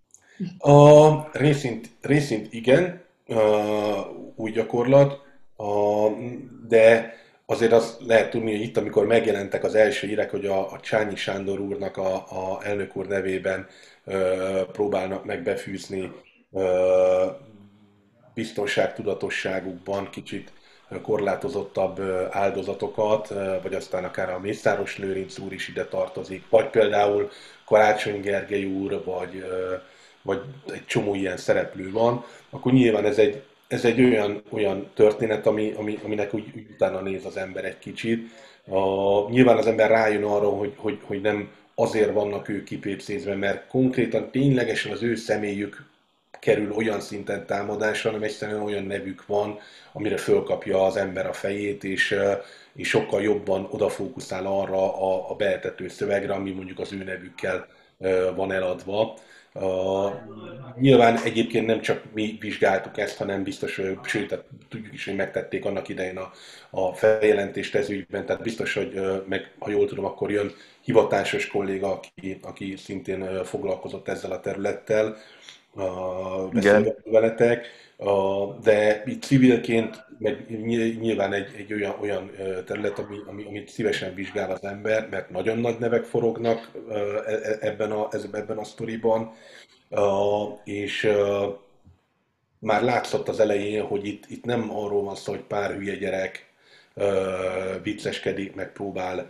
A részint, részint igen, a, új gyakorlat, a, de azért azt lehet tudni, hogy itt, amikor megjelentek az első hírek, hogy a, a Csányi Sándor úrnak a, a elnök úr nevében ö, próbálnak meg befűzni biztonságtudatosságukban kicsit korlátozottabb áldozatokat, vagy aztán akár a Mészáros Lőrinc úr is ide tartozik, vagy például Karácsony Gergely úr, vagy, vagy egy csomó ilyen szereplő van, akkor nyilván ez egy, ez egy olyan, olyan történet, ami, ami, aminek úgy, úgy utána néz az ember egy kicsit. A, nyilván az ember rájön arra, hogy, hogy, hogy nem azért vannak ők kipépcézve, mert konkrétan ténylegesen az ő személyük kerül olyan szinten támadásra, hanem egyszerűen olyan nevük van, amire fölkapja az ember a fejét, és, és sokkal jobban odafókuszál arra a, a beetető szövegre, ami mondjuk az ő nevükkel van eladva. Uh, nyilván egyébként nem csak mi vizsgáltuk ezt, hanem biztos, sőt, tudjuk is, hogy megtették annak idején a, a feljelentést ez ügyben, tehát biztos, hogy meg, ha jól tudom, akkor jön hivatásos kolléga, aki, aki szintén foglalkozott ezzel a területtel, uh, beszélve veletek, uh, de itt civilként meg nyilván egy, egy olyan, olyan terület, ami, ami, amit szívesen vizsgál az ember, mert nagyon nagy nevek forognak ebben a, ebben a sztoriban, és már látszott az elején, hogy itt, itt nem arról van szó, hogy pár hülye gyerek vicceskedik, megpróbál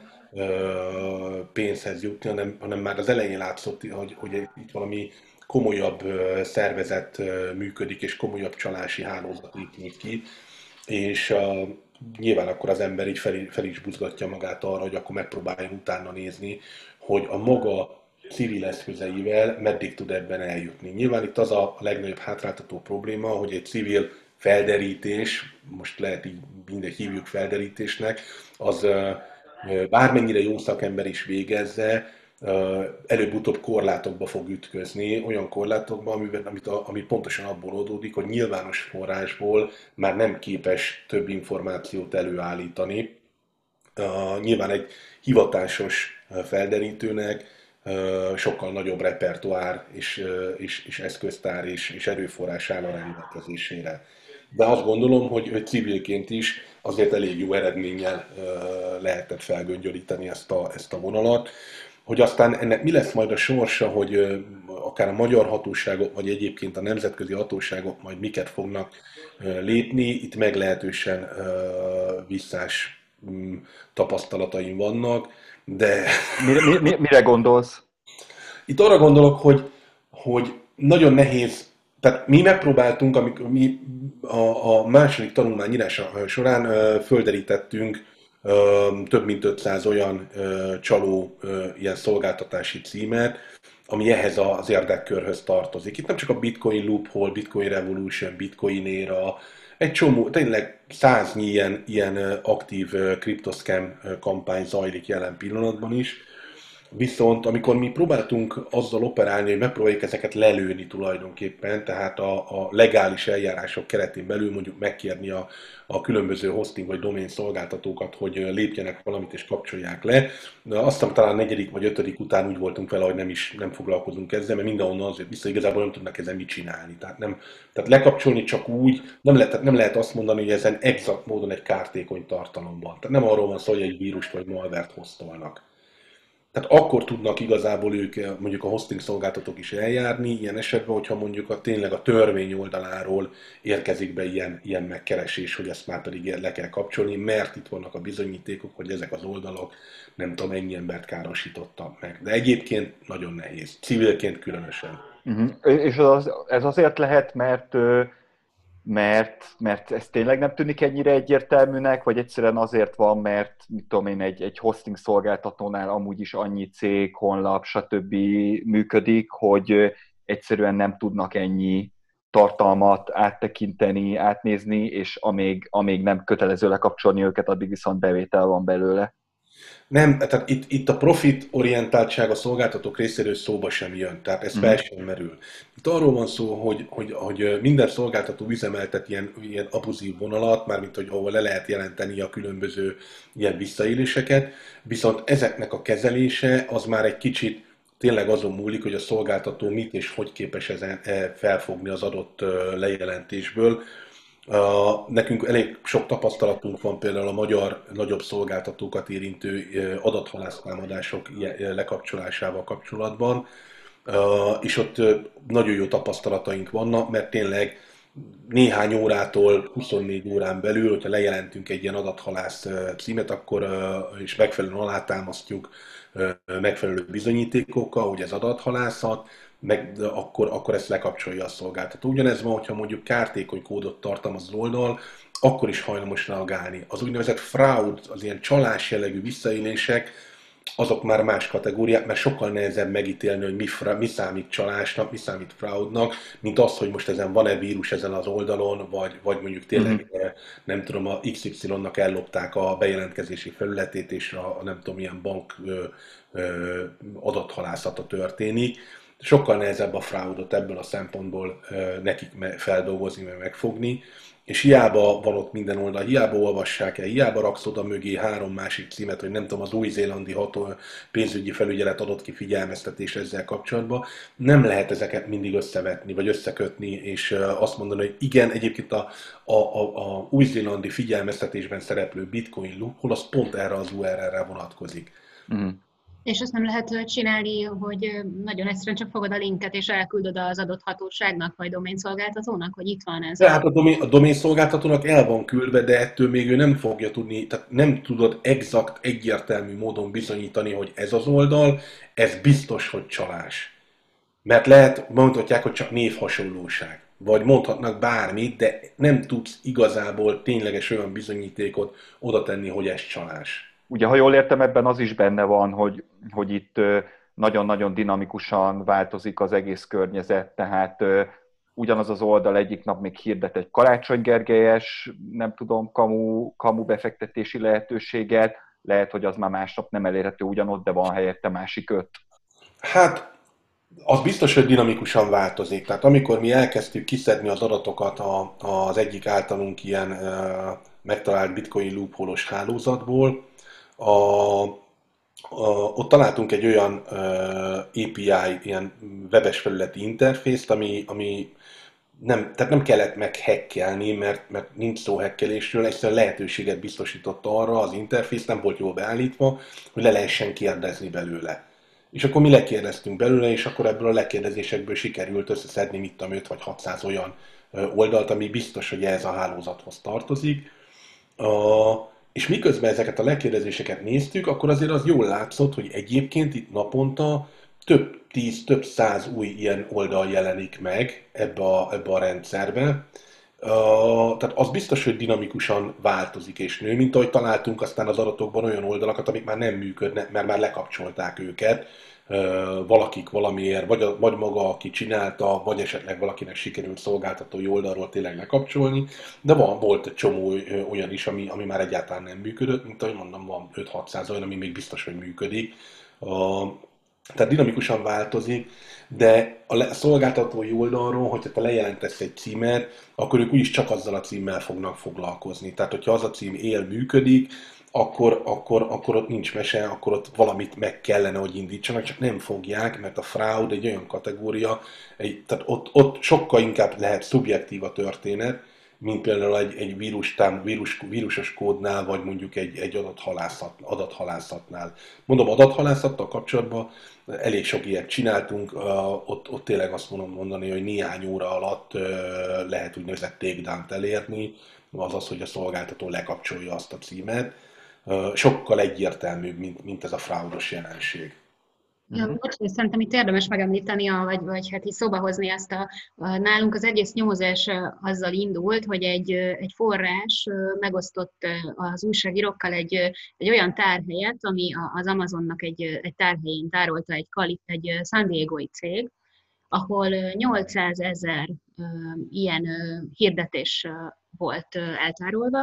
pénzhez jutni, hanem, hanem már az elején látszott, hogy, hogy itt valami komolyabb szervezet működik, és komolyabb csalási hálózat épít ki, és uh, nyilván akkor az ember így fel, fel is buzgatja magát arra, hogy akkor megpróbáljon utána nézni, hogy a maga civil eszközeivel meddig tud ebben eljutni. Nyilván itt az a legnagyobb hátráltató probléma, hogy egy civil felderítés, most lehet így mindegy hívjuk felderítésnek, az uh, bármennyire jó szakember is végezze, előbb-utóbb korlátokba fog ütközni, olyan korlátokba, amit a, ami pontosan abból adódik, hogy nyilvános forrásból már nem képes több információt előállítani. Uh, nyilván egy hivatásos felderítőnek uh, sokkal nagyobb repertoár és, uh, és, és eszköztár és, és erőforrás áll a rendelkezésére. De azt gondolom, hogy, hogy civilként is azért elég jó eredménnyel uh, lehetett felgöngyölíteni ezt a, ezt a vonalat. Hogy aztán ennek mi lesz majd a sorsa, hogy akár a magyar hatóságok, vagy egyébként a nemzetközi hatóságok majd miket fognak lépni, itt meglehetősen visszás tapasztalataim vannak, de... Mire, mi, mire gondolsz? Itt arra gondolok, hogy, hogy nagyon nehéz, tehát mi megpróbáltunk, amikor mi a, a második tanulmány írása során földerítettünk több mint ötszáz olyan csaló ilyen szolgáltatási címet, ami ehhez az érdekkörhöz tartozik. Itt nem csak a Bitcoin Loophole, Bitcoin Revolution, Bitcoin Era, egy csomó, tényleg száznyi ilyen, ilyen aktív CryptoScam kampány zajlik jelen pillanatban is. Viszont amikor mi próbáltunk azzal operálni, hogy megpróbáljuk ezeket lelőni tulajdonképpen, tehát a, a legális eljárások keretén belül mondjuk megkérni a, a különböző hosting vagy domain szolgáltatókat, hogy lépjenek valamit és kapcsolják le. De azt hiszem talán negyedik vagy ötödik után úgy voltunk vele, hogy nem is nem foglalkozunk ezzel, mert mindenhonnan azért vissza igazából nem tudnak ezzel mit csinálni. Tehát, nem, tehát lekapcsolni csak úgy, nem lehet, nem lehet azt mondani, hogy ezen exakt módon egy kártékony tartalom van. Tehát nem arról van szó, hogy egy vírust vagy malvert hoztolnak. Tehát akkor tudnak igazából ők, mondjuk a hosting szolgáltatók is eljárni, ilyen esetben, hogyha mondjuk a, tényleg a törvény oldaláról érkezik be ilyen, ilyen megkeresés, hogy ezt már pedig le kell kapcsolni, mert itt vannak a bizonyítékok, hogy ezek az oldalak nem tudom ennyi embert károsítottak meg. De egyébként nagyon nehéz, civilként különösen. Uh-huh. És az, ez azért lehet, mert... Mert, mert ez tényleg nem tűnik ennyire egyértelműnek, vagy egyszerűen azért van, mert mit tudom én, egy, egy hosting szolgáltatónál amúgy is annyi cég, honlap, stb. Működik, hogy egyszerűen nem tudnak ennyi tartalmat áttekinteni, átnézni, és amíg, amíg nem kötelező lekapcsolni őket, addig viszont bevétel van belőle. Nem, tehát itt, itt a profit orientáltság a szolgáltatók részéről szóba sem jön, tehát ez fel sem merül. Itt arról van szó, hogy, hogy, hogy minden szolgáltató üzemeltet ilyen, ilyen abuzív vonalat, mármint hogy ahol le lehet jelenteni a különböző ilyen visszaéléseket, viszont ezeknek a kezelése az már egy kicsit tényleg azon múlik, hogy a szolgáltató mit és hogy képes ezen felfogni az adott lejelentésből. Uh, nekünk elég sok tapasztalatunk van például a magyar nagyobb szolgáltatókat érintő adathalásztámadások lekapcsolásával kapcsolatban, és ott nagyon jó tapasztalataink vannak, mert tényleg néhány órától huszonnégy órán belül, hogyha lejelentünk egy ilyen adathalász címet, akkor és megfelelően alátámasztjuk megfelelő bizonyítékokkal, hogy ez adathalászat, meg, akkor, akkor ezt lekapcsolja a szolgáltató. Ugyanez van, hogyha mondjuk kártékony kódot tartalmaz az oldal, akkor is hajlamos reagálni. Az úgynevezett fraud, az ilyen csalás jellegű visszaélések, azok már más kategóriák, mert sokkal nehezebb megítélni, hogy mi, fra, mi számít csalásnak, mi számít fraudnak, mint az, hogy most ezen van-e vírus ezen az oldalon, vagy, vagy mondjuk tényleg, mm-hmm. nem tudom, a iksz ipszilonnak ellopták a bejelentkezési felületét, és a, a nem tudom, milyen bank ö, ö, adathalászata történik. Sokkal nehezebb a fraudot ebből a szempontból ö, nekik feldolgozni, meg megfogni. És hiába van ott minden oldal, hiába olvassák el, hiába raksz oda mögé három másik címet, hogy nem tudom, az új-zélandi ható pénzügyi felügyelet adott ki figyelmeztetés ezzel kapcsolatban, nem lehet ezeket mindig összevetni, vagy összekötni, és azt mondani, hogy igen, egyébként a, a, a, a új-zélandi figyelmeztetésben szereplő bitcoin loophole, az pont erre az u er el-re vonatkozik. Mm. És azt nem lehet csinálni, hogy nagyon egyszerűen csak fogod a linket, és elküldöd az adott hatóságnak, vagy doménszolgáltatónak, hogy itt van ez. De hát a, domén, a doménszolgáltatónak el van küldve, de ettől még ő nem fogja tudni, tehát nem tudod exakt, egyértelmű módon bizonyítani, hogy ez az oldal, ez biztos, hogy csalás. Mert lehet, mondhatják, hogy csak névhasonlóság. Vagy mondhatnak bármit, de nem tudsz igazából tényleges olyan bizonyítékot oda tenni, hogy ez csalás. Ugye, ha jól értem, ebben az is benne van, hogy, hogy itt nagyon-nagyon dinamikusan változik az egész környezet, tehát ugyanaz az oldal egyik nap még hirdet egy Karácsony Gergelyes, nem tudom, kamu, kamu befektetési lehetőséget, lehet, hogy az már másnap nem elérhető ugyanott, de van helyette másik öt. Hát, az biztos, hogy dinamikusan változik. Tehát amikor mi elkezdtük kiszedni az adatokat a, az egyik általunk ilyen uh, megtalált bitcoin loophole-os hálózatból, A, a, ott találtunk egy olyan uh, á pé i, ilyen webes felületi interfészt, ami, ami nem, tehát nem kellett meghekkelni, mert, mert nincs szó hekkelésről, egyszerűen lehetőséget biztosított arra az interfész, nem volt jól beállítva, hogy le lehessen kérdezni belőle. És akkor mi lekérdeztünk belőle, és akkor ebből a lekérdezésekből sikerült összeszedni, mit tudom, öt vagy hatszáz olyan oldalt, ami biztos, hogy ez a hálózathoz tartozik. A, És miközben ezeket a lekérdezéseket néztük, akkor azért az jól látszott, hogy egyébként itt naponta több tíz, több száz új ilyen oldal jelenik meg ebbe a, ebbe a rendszerbe. Uh, tehát az biztos, hogy dinamikusan változik és nő, mint ahogy találtunk aztán az adatokban olyan oldalakat, amik már nem működnek, mert már lekapcsolták őket. Uh, valakik valamiért, vagy, a, vagy maga, aki csinálta, vagy esetleg valakinek sikerült szolgáltatói oldalról tényleg lekapcsolni, de van, volt egy csomó olyan is, ami, ami már egyáltalán nem működött, mint ahogy mondom, van öt-hatszáz olyan, ami még biztos, hogy működik. Uh, tehát dinamikusan változik, de a szolgáltatói oldalról, hogyha te lejelentesz egy címet, akkor ők úgyis csak azzal a címmel fognak foglalkozni. Tehát, hogyha az a cím él, működik, akkor, akkor, akkor ott nincs mese, akkor ott valamit meg kellene, hogy indítsanak, csak nem fogják, mert a fraud egy olyan kategória, egy, tehát ott, ott sokkal inkább lehet szubjektív a történet, mint például egy, egy vírus, vírus, vírusos kódnál, vagy mondjuk egy, egy adathalászat, adathalászatnál. Mondom, adathalászattal kapcsolatban elég sok ilyet csináltunk, ott, ott tényleg azt mondom mondani, hogy néhány óra alatt lehet úgynevezett takedown-t elérni, azaz, hogy a szolgáltató lekapcsolja azt a címet. Sokkal egyértelműbb, mint, mint ez a fraudos jelenség. Ja, bocs, szerintem itt érdemes megemlíteni, a, vagy, vagy hát így szóba hozni ezt a, a nálunk az egész nyomozás azzal indult, hogy egy, egy forrás megosztott az újságírókkal egy, egy olyan tárhelyet, ami az Amazonnak egy, egy tárhelyén tárolta egy, egy San Diego-i cég, ahol nyolcszázezer ilyen hirdetés volt eltárolva,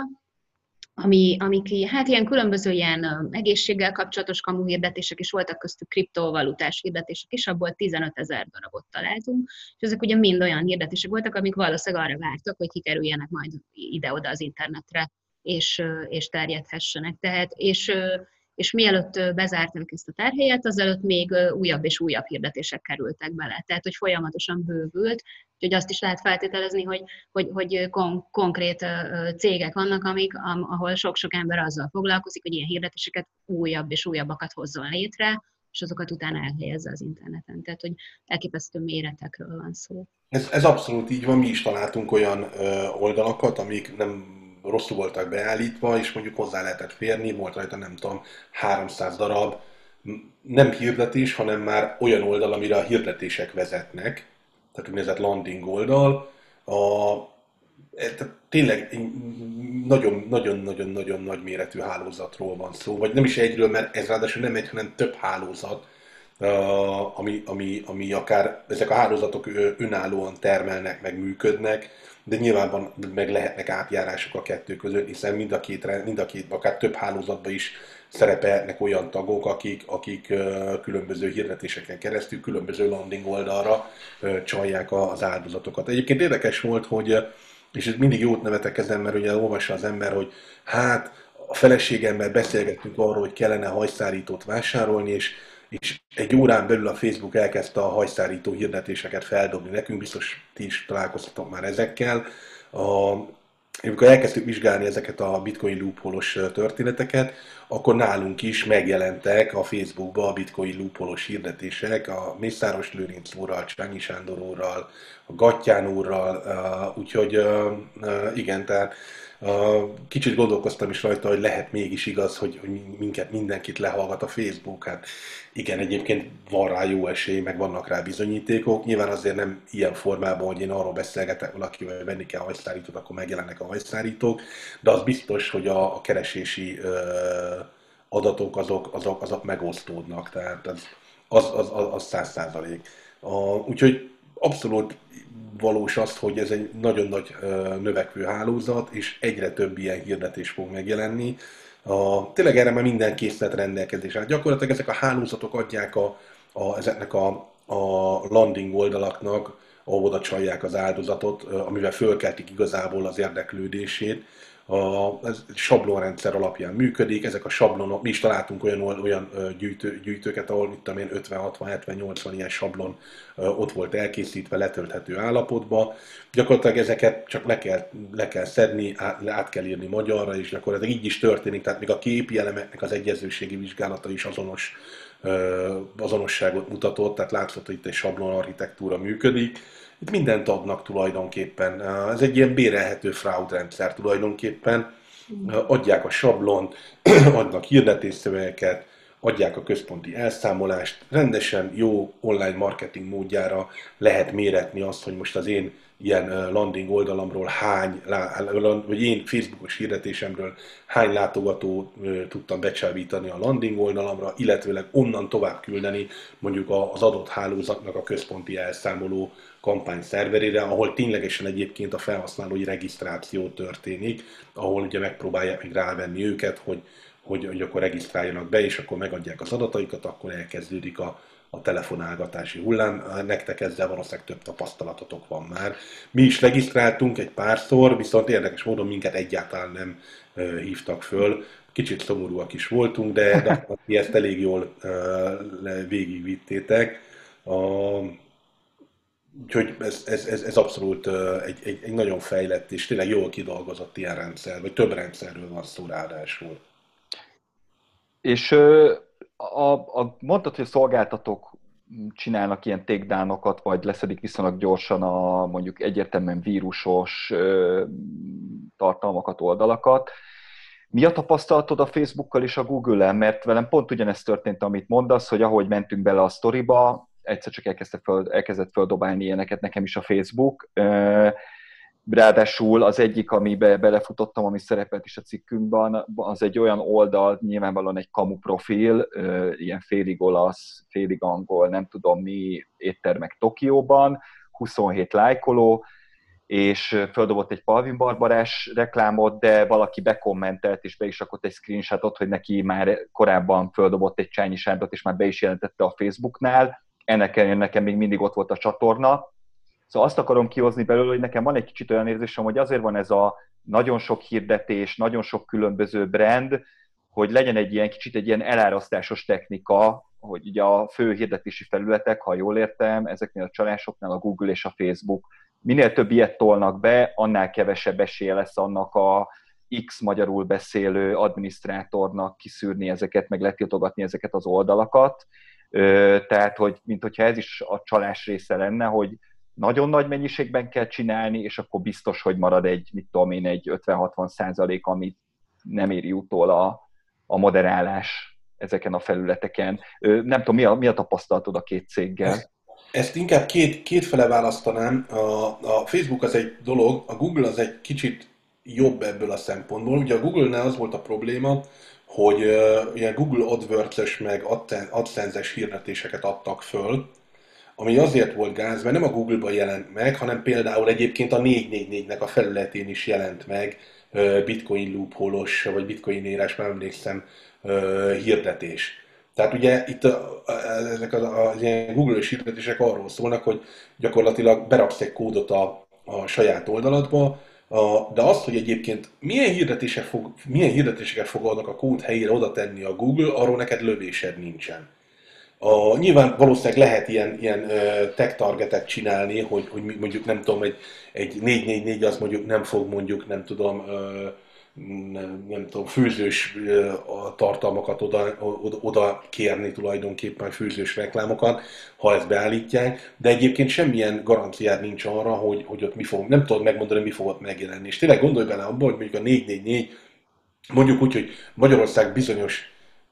ami, amik hát ilyen különböző ilyen egészséggel kapcsolatos kamu hirdetések is voltak, köztük kriptovalutás hirdetések is, abból tizenötezer darabot találtunk, és ezek ugye mind olyan hirdetések voltak, amik valószínűleg arra vártak, hogy kikerüljenek majd ide-oda az internetre, és, és terjedhessenek. Tehát, és, és mielőtt bezárták ezt a tárhelyet, azelőtt még újabb és újabb hirdetések kerültek bele. Tehát, hogy folyamatosan bővült, úgyhogy azt is lehet feltételezni, hogy, hogy, hogy kon- konkrét cégek vannak, amik, ahol sok-sok ember azzal foglalkozik, hogy ilyen hirdetéseket újabb és újabbakat hozzon létre, és azokat utána elhelyezze az interneten. Tehát, hogy elképesztő méretekről van szó. Ez, ez abszolút így van, mi is találtunk olyan ö, oldalakat, amik nem rosszul voltak beállítva, és mondjuk hozzá lehetett férni, volt rajta nem tudom, háromszáz darab, nem hirdetés, hanem már olyan oldal, amire a hirdetések vezetnek, tehát úgynevezett landing oldal. A, tehát tényleg nagyon-nagyon-nagyon nagy méretű hálózatról van szó, vagy nem is egyről, mert ez ráadásul nem egy, hanem több hálózat, ami, ami, ami akár ezek a hálózatok önállóan termelnek, meg működnek, de nyilván meg lehetnek átjárások a kettő között, hiszen mind a két, mind a két akár több hálózatban is szerepelnek olyan tagok, akik, akik különböző hirdetéseken keresztül, különböző landing oldalra csalják az áldozatokat. Egyébként érdekes volt, hogy, és ez mindig jót nevetek ezen, mert ugye olvassa az ember, hogy hát a feleségemmel beszélgettünk arról, hogy kellene hajszárítót vásárolni, és és egy órán belül a Facebook elkezdte a hajszárító hirdetéseket feldobni nekünk, biztos ti is találkoztatok már ezekkel. A, amikor elkezdtük vizsgálni ezeket a Bitcoin loophole-os történeteket, akkor nálunk is megjelentek a Facebookba a Bitcoin loophole-os hirdetések, a Mészáros Lőrinc úrral, Csányi Sándor úrral, a Gattyán úrral, úgyhogy igen, tehát kicsit gondolkoztam is rajta, hogy lehet mégis igaz, hogy, hogy minket, mindenkit lehallgat a Facebook. Hát igen, egyébként van rá jó esély, meg vannak rá bizonyítékok. Nyilván azért nem ilyen formában, hogy én arról beszélgetek valakivel, hogy venni kell hajszárítót, akkor megjelennek a hajszárítók, de az biztos, hogy a, a keresési ö, adatok azok, azok, azok megosztódnak, tehát az az, az, az, az száz százalék. Úgyhogy abszolút valós az, hogy ez egy nagyon nagy növekvő hálózat, és egyre több ilyen hirdetés fog megjelenni. A, tényleg erre már minden készlet rendelkezés áll. Gyakorlatilag ezek a hálózatok adják a, a, ezeknek a, a landing oldalaknak, ahol oda csalják az áldozatot, amivel fölkeltik igazából az érdeklődését. A, ez sablonrendszer alapján működik, ezek a sablonok, mi is találtunk olyan, olyan gyűjtő, gyűjtőket, ahol mit tudom én, ötven, hatvan, hetven, nyolcvan ilyen sablon ott volt elkészítve, letölthető állapotba. Gyakorlatilag ezeket csak le kell, le kell szedni, át, át kell írni magyarra, és gyakorlatilag így is történik, tehát még a képi elemeknek az egyezőségi vizsgálata is azonos, azonosságot mutatott, tehát látszott, hogy itt egy sablon architektúra működik. Itt mindent adnak tulajdonképpen. Ez egy ilyen bérelhető fraud rendszer tulajdonképpen. Adják a sablont, adnak hirdetésszövegeket, adják a központi elszámolást. Rendesen jó online marketing módjára lehet méretni azt, hogy most az én ilyen landing oldalamról hány, vagy én Facebookos hirdetésemről hány látogató tudtam becsábítani a landing oldalamra, illetőleg onnan tovább küldeni mondjuk az adott hálózatnak a központi elszámoló kampány szerverére, ahol ténylegesen egyébként a felhasználói regisztráció történik, ahol ugye megpróbálják még rávenni őket, hogy, hogy, hogy akkor regisztráljanak be, és akkor megadják az adataikat, akkor elkezdődik a, a telefonálgatási hullám. Nektek ezzel valószínűleg több tapasztalatotok van már. Mi is regisztráltunk egy párszor, viszont érdekes módon minket egyáltalán nem uh, hívtak föl. Kicsit szomorúak is voltunk, de, de mi ezt elég jól uh, végigvittétek. Uh, Úgyhogy ez, ez, ez, ez abszolút egy, egy, egy nagyon fejlett és tényleg jól kidolgozott ilyen rendszer, vagy több rendszerről van szó ráadásul. És a, a, mondtad, hogy a szolgáltatók csinálnak ilyen takedownokat, vagy leszedik viszonylag gyorsan a mondjuk egyértelműen vírusos tartalmakat, oldalakat. Mi a tapasztalatod a Facebookkal és a Google-el? Mert velem pont ugyanezt történt, amit mondasz, hogy ahogy mentünk bele a sztoriba, egyszer csak elkezdett, föl, elkezdett földobálni ilyeneket nekem is a Facebook. Ráadásul az egyik, amibe belefutottam, ami szerepelt is a cikkünkben, az egy olyan oldal, nyilvánvalóan egy kamu profil, ilyen félig olasz, félig angol, nem tudom mi, éttermek Tokióban, huszonhét lájkoló, és földobott egy Palvin Barbarás reklámot, de valaki bekommentelt, és be is rakott egy screenshotot, hogy neki már korábban földobott egy Csányi Sándort, és már be is jelentette a Facebooknál. Ennek ellenére nekem még mindig ott volt a csatorna. Szóval azt akarom kihozni belőle, hogy nekem van egy kicsit olyan érzésem, hogy azért van ez a nagyon sok hirdetés, nagyon sok különböző brand, hogy legyen egy ilyen kicsit egy ilyen elárasztásos technika, hogy ugye a fő hirdetési felületek, ha jól értem, ezeknél a csalásoknál a Google és a Facebook. Minél több ilyet tolnak be, annál kevesebb esélye lesz annak a X magyarul beszélő adminisztrátornak kiszűrni ezeket, meg letiltogatni ezeket az oldalakat. Tehát, hogy mint hogyha ez is a csalás része lenne, hogy nagyon nagy mennyiségben kell csinálni, és akkor biztos, hogy marad egy, mit tudom én, egy ötven-hatvan százalék, amit nem éri utól a, a moderálás ezeken a felületeken. Nem tudom, mi a, mi a tapasztalatod a két céggel? Ezt, ezt inkább két, két fele választanám. A, a Facebook az egy dolog, a Google az egy kicsit jobb ebből a szempontból. Ugye a Google-nál az volt a probléma, hogy uh, ilyen Google AdWords-es meg AdSense-es hirdetéseket adtak föl, ami azért volt gáz, mert nem a Google-ban jelent meg, hanem például egyébként a négy négy négynek a felületén is jelent meg uh, Bitcoin loophole-os, vagy Bitcoin írás, már emlékszem, uh, hirdetés. Tehát ugye itt a, a, ezek az, az ilyen Google-ös hirdetések arról szólnak, hogy gyakorlatilag beraksz egy kódot a, a saját oldaladba, a, de azt, hogy egyébként milyen, hirdetések fog, milyen hirdetéseket fog annak a kód helyére oda tenni a Google, arról neked lövésed nincsen. A, nyilván valószínűleg lehet ilyen, ilyen uh, tech targetet csinálni, hogy, hogy mondjuk nem tudom, egy, egy négy négy négy az mondjuk nem fog mondjuk, nem tudom, uh, nem, nem tudom, főzős uh, tartalmakat oda, oda, oda kérni tulajdonképpen, főzős reklámokat, ha ezt beállítják, de egyébként semmilyen garanciád nincs arra, hogy, hogy ott mi fog, nem tudod megmondani, mi fog ott megjelenni. És tényleg gondolj bele abba, hogy mondjuk a négy négy négy, mondjuk úgy, hogy Magyarország bizonyos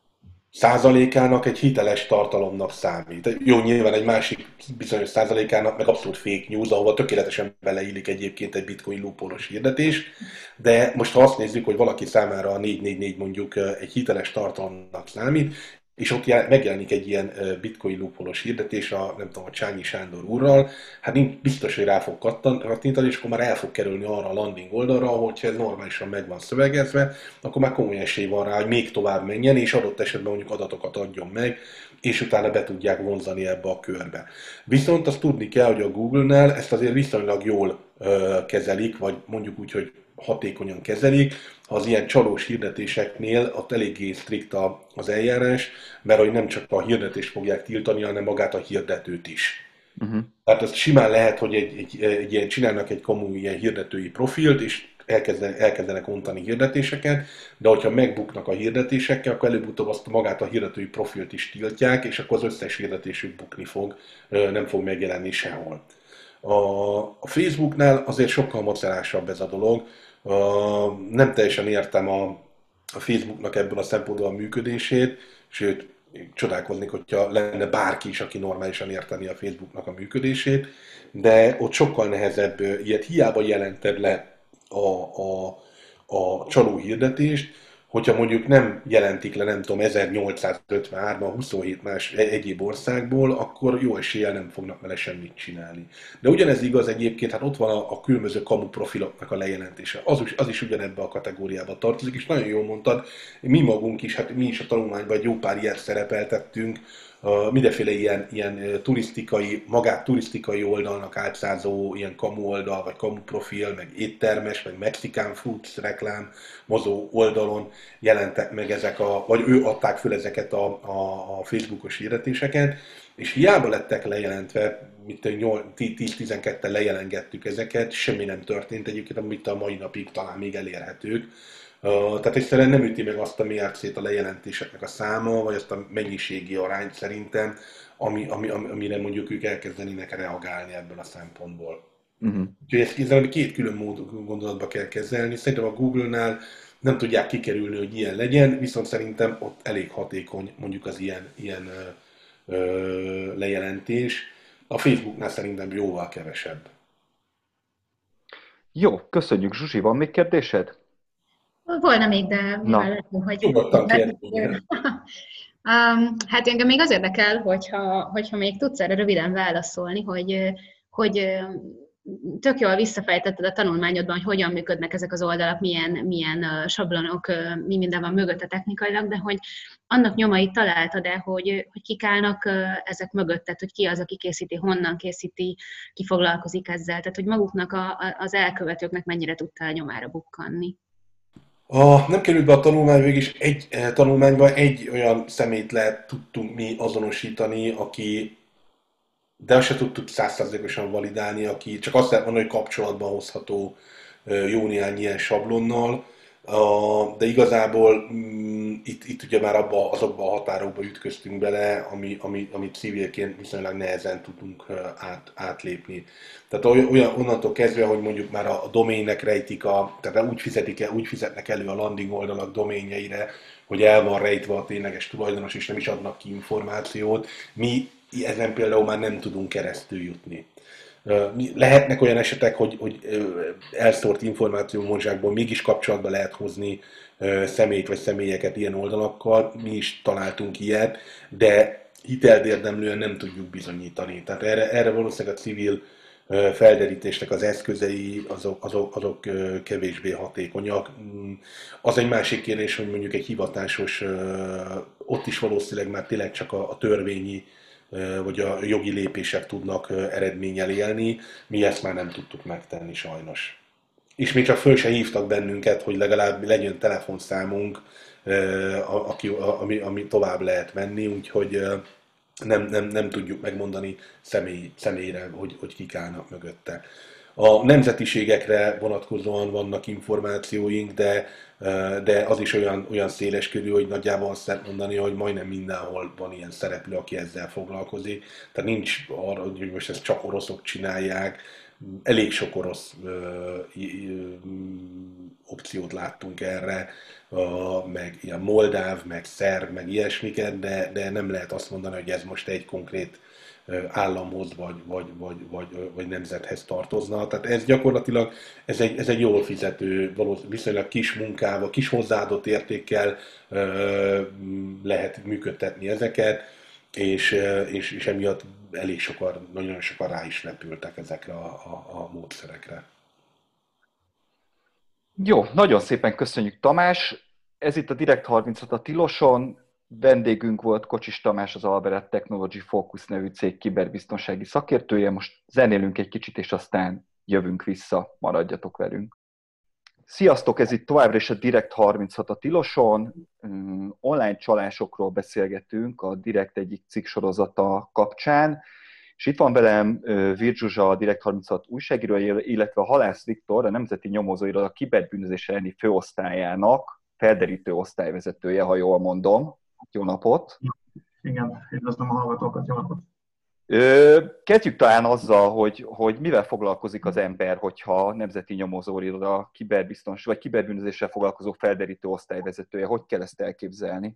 százalékának egy hiteles tartalomnak számít. Jó, nyilván egy másik bizonyos százalékának meg abszolút fake news, ahova tökéletesen beleillik egyébként egy bitcoin loophole-os hirdetés, de most ha azt nézzük, hogy valaki számára a négy négy négy mondjuk egy hiteles tartalomnak számít, és ott megjelenik egy ilyen bitcoin loophole-os hirdetés a, nem tudom, a Csányi Sándor úrral, hát nincs biztos, hogy rá fog kattintani, és akkor már el fog kerülni arra a landing oldalra, hogyha ez normálisan meg van szövegezve, akkor már komoly esély van rá, hogy még tovább menjen, és adott esetben mondjuk adatokat adjon meg, és utána be tudják vonzani ebbe a körbe. Viszont azt tudni kell, hogy a Google-nál ezt azért viszonylag jól ö, kezelik, vagy mondjuk úgy, hogy hatékonyan kezelik. Az ilyen csalós hirdetéseknél ott eléggé strikt az eljárás, mert hogy nem csak a hirdetést fogják tiltani, hanem magát a hirdetőt is. Uh-huh. Tehát ez simán lehet, hogy egy, egy, egy ilyen, csinálnak egy komoly ilyen hirdetői profilt, és elkezdenek, elkezdenek ontani hirdetéseket, de hogyha megbuknak a hirdetésekkel, akkor előbb-utóbb azt magát a hirdetői profilt is tiltják, és akkor az összes hirdetésük bukni fog, nem fog megjelenni sehol. A, a Facebooknál azért sokkal macerásabb ez a dolog. Uh, nem teljesen értem a, a Facebooknak ebből a szempontból a működését, sőt, csodálkoznék, hogyha lenne bárki is, aki normálisan érteni a Facebooknak a működését, de ott sokkal nehezebb, ilyet hiába jelented le a, a, a csaló hirdetést, hogyha mondjuk nem jelentik le, nem tudom, ezernyolcszázötvenháromban huszonhét más egyéb országból, akkor jó eséllyel nem fognak vele semmit csinálni. De ugyanez igaz egyébként, hát ott van a, a különböző kamu profiloknak a lejelentése. Az is, az is ugyanebbe a kategóriába tartozik, és nagyon jól mondtad, mi magunk is, hát mi is a tanulmányban egy jó pár ilyet szerepeltettünk, Uh, mindenféle ilyen, ilyen uh, turisztikai, magát turisztikai oldalnak átszázó ilyen kamu oldal, vagy kamu profil, meg éttermes, meg Mexican Foods reklám mozó oldalon jelentek meg ezek a, vagy ő adták föl ezeket a, a, a Facebookos hirdetéseket, és hiába lettek lejelentve, mint tíz-tizenketten lejelengettük ezeket, semmi nem történt egyébként, amit a mai napig talán még elérhetők. Uh, tehát egyszerűen nem üti meg azt a mércét a lejelentéseknek a száma, vagy azt a mennyiségi arányt szerintem, ami, ami, amire mondjuk ők elkezdenének reagálni ebből a szempontból. Uh-huh. Úgyhogy ezt kézzel, két külön mód gondolatba kell kezelni. Szerintem a Google-nál nem tudják kikerülni, hogy ilyen legyen, viszont szerintem ott elég hatékony mondjuk az ilyen, ilyen ö, ö, lejelentés. A Facebooknál szerintem jóval kevesebb. Jó, köszönjük. Zsuzsi, van még kérdésed? Volna még, de mivel látom, hogy... Nyugodtan kérni. um, hát engem még az érdekel, hogyha, hogyha még tudsz erre röviden válaszolni, hogy, hogy tök jól visszafejtetted a tanulmányodban, hogy hogyan működnek ezek az oldalak, milyen, milyen sablonok, mi minden van mögötte technikailag, de hogy annak nyomait találtad-e, hogy, hogy kik állnak ezek mögött, tehát hogy ki az, aki készíti, honnan készíti, ki foglalkozik ezzel, tehát hogy maguknak a, az elkövetőknek mennyire tudtál nyomára bukkanni. A, nem került be a tanulmány, végig egy eh, tanulmányban egy olyan szemét lehet tudtunk mi azonosítani, aki, de azt se tudtuk száz százalékosan validálni, aki csak azt lehet mondani, hogy kapcsolatban hozható eh, jó néhány ilyen sablonnal. de igazából mm, itt, itt ugye már abba, azokba a határokba ütköztünk bele, ami, ami, amit civilként viszonylag nehezen tudunk át, átlépni. Tehát olyan, onnantól kezdve, hogy mondjuk már a, a doménnek rejtik, a, tehát úgy, fizetik el, úgy fizetnek elő a landing oldalak doményeire, hogy el van rejtve a tényleges tulajdonos, és nem is adnak ki információt. Mi ezen például már nem tudunk keresztül jutni. Lehetnek olyan esetek, hogy, hogy elszórt információ morzsákból mégis kapcsolatba lehet hozni személyt vagy személyeket ilyen oldalakkal, mi is találtunk ilyet, de hitelt érdemlően nem tudjuk bizonyítani. Tehát erre, erre valószínűleg a civil felderítésnek az eszközei azok, azok, azok kevésbé hatékonyak. Az egy másik kérdés, hogy mondjuk egy hivatásos, ott is valószínűleg már tényleg csak a, a törvényi vagy a jogi lépések tudnak eredménnyel élni, mi ezt már nem tudtuk megtenni sajnos. És még csak föl se hívtak bennünket, hogy legalább legyen telefonszámunk, aki, ami, ami tovább lehet menni, úgyhogy nem, nem, nem tudjuk megmondani személy, személyre, hogy, hogy kik állnak mögötte. A nemzetiségekre vonatkozóan vannak információink, de, de az is olyan, olyan széles körül, hogy nagyjából azt lehet mondani, hogy majdnem mindenhol van ilyen szereplő, aki ezzel foglalkozik. Tehát nincs arra, hogy most ezt csak oroszok csinálják. Elég sok orosz ö, ö, opciót láttunk erre, ö, meg ilyen moldáv, meg szerb, meg ilyesmiket, de, de nem lehet azt mondani, hogy ez most egy konkrét államhoz vagy, vagy, vagy, vagy, vagy nemzethez tartozna. Tehát ez gyakorlatilag ez egy, ez egy jól fizető, viszonylag kis munkával, kis hozzáadott értékkel ö, lehet működtetni ezeket, és, és, és emiatt elég sokan, nagyon sokan rá is repültek ezekre a, a, a módszerekre. Jó, nagyon szépen köszönjük, Tamás. Ez itt a Direkt harminchat a Tiloson. Vendégünk volt Kocsis Tamás, az Albert Technology Focus nevű cég kiberbiztonsági szakértője. Most zenélünk egy kicsit, és aztán jövünk vissza, maradjatok velünk. Sziasztok, ez itt továbbra is a Direkt harminchat a Tiloson. Online csalásokról beszélgetünk a Direkt egyik cikksorozata kapcsán. És itt van velem Virgy Zsuzsa, a Direkt harminchat újságíró, illetve a Halász Viktor, a Nemzeti Nyomozóiroda a kiberbűnözés elleni főosztályának felderítő osztályvezetője, ha jól mondom. Jó napot! Igen, üdvözlöm a hallgatókat, jó napot! Kezdjük talán azzal, hogy, hogy mivel foglalkozik az ember, hogyha a Nemzeti Nyomozóiroda kiberbiztonság vagy kiberbűnözéssel foglalkozó felderítő osztályvezetője. Hogy kell ezt elképzelni?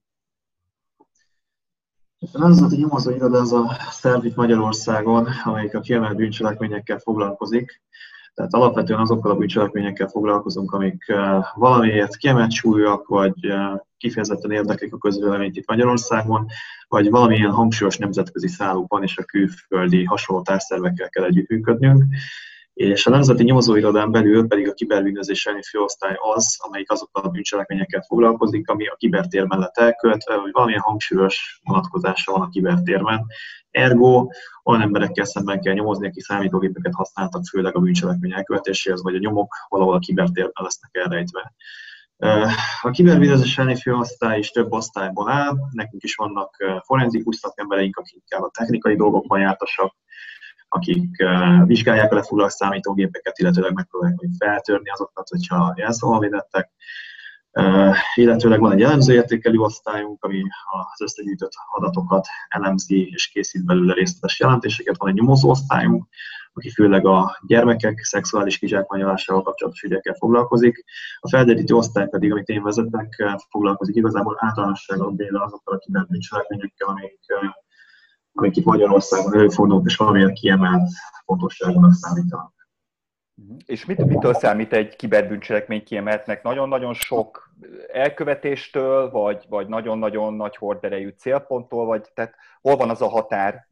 A Nemzeti Nyomozóiroda az a szerv itt Magyarországon, amelyik a kiemelt bűncselekményekkel foglalkozik. Tehát alapvetően azokkal a bűncselekményekkel foglalkozunk, amik valamiért kiemelt súlyak, vagy kifejezetten érdeklik a közvéleményt itt Magyarországon, vagy valamilyen hangsúlyos nemzetközi száluk van, és a külföldi hasonló társszervekkel kell együttműködnünk. És a Nemzeti Nyomozóirodán belül pedig a kiberbűnözés elleni főosztály az, amelyik azokkal a bűncselekményekkel foglalkozik, ami a kibertér mellett elkövetve, vagy valamilyen hangsúlyos vonatkozása van a kibertérben. Ergo, olyan emberekkel szemben kell nyomozni, akik számítógépeket használtak, főleg a bűncselekmény elkövetéséhez, vagy a nyomok valahol a kibertérben lesznek elrejtve. A kiberbűnözés elleni főosztály is több osztályból áll, nekünk is vannak forenzikus szakembereink, akik inkább a technikai dolgokban jártasak, akik uh, vizsgálják a lefoglalt számítógépeket, illetőleg megpróbálják feltörni azokat, hogyha jelszóval védettek. Uh, illetőleg van egy elemzőértékelő osztályunk, ami az összegyűjtött adatokat elemzi és készít belőle részletes jelentéseket. Van egy nyomozó osztályunk, aki főleg a gyermekek szexuális kizsákmányolásával kapcsolatos ügyekkel foglalkozik. A felderítő osztály pedig, amit én vezetek, foglalkozik igazából általánosságban azokkal a kiberbűncselekményekkel, amik amik itt Magyarországon előfordulnak, és valamilyen kiemelt fontosságúnak számítanak. És mit, mitől számít egy kiberbűncselekmény kiemeltnek? Nagyon-nagyon sok elkövetéstől, vagy, vagy nagyon-nagyon nagy horderejű célponttól, vagy tehát hol van az a határ,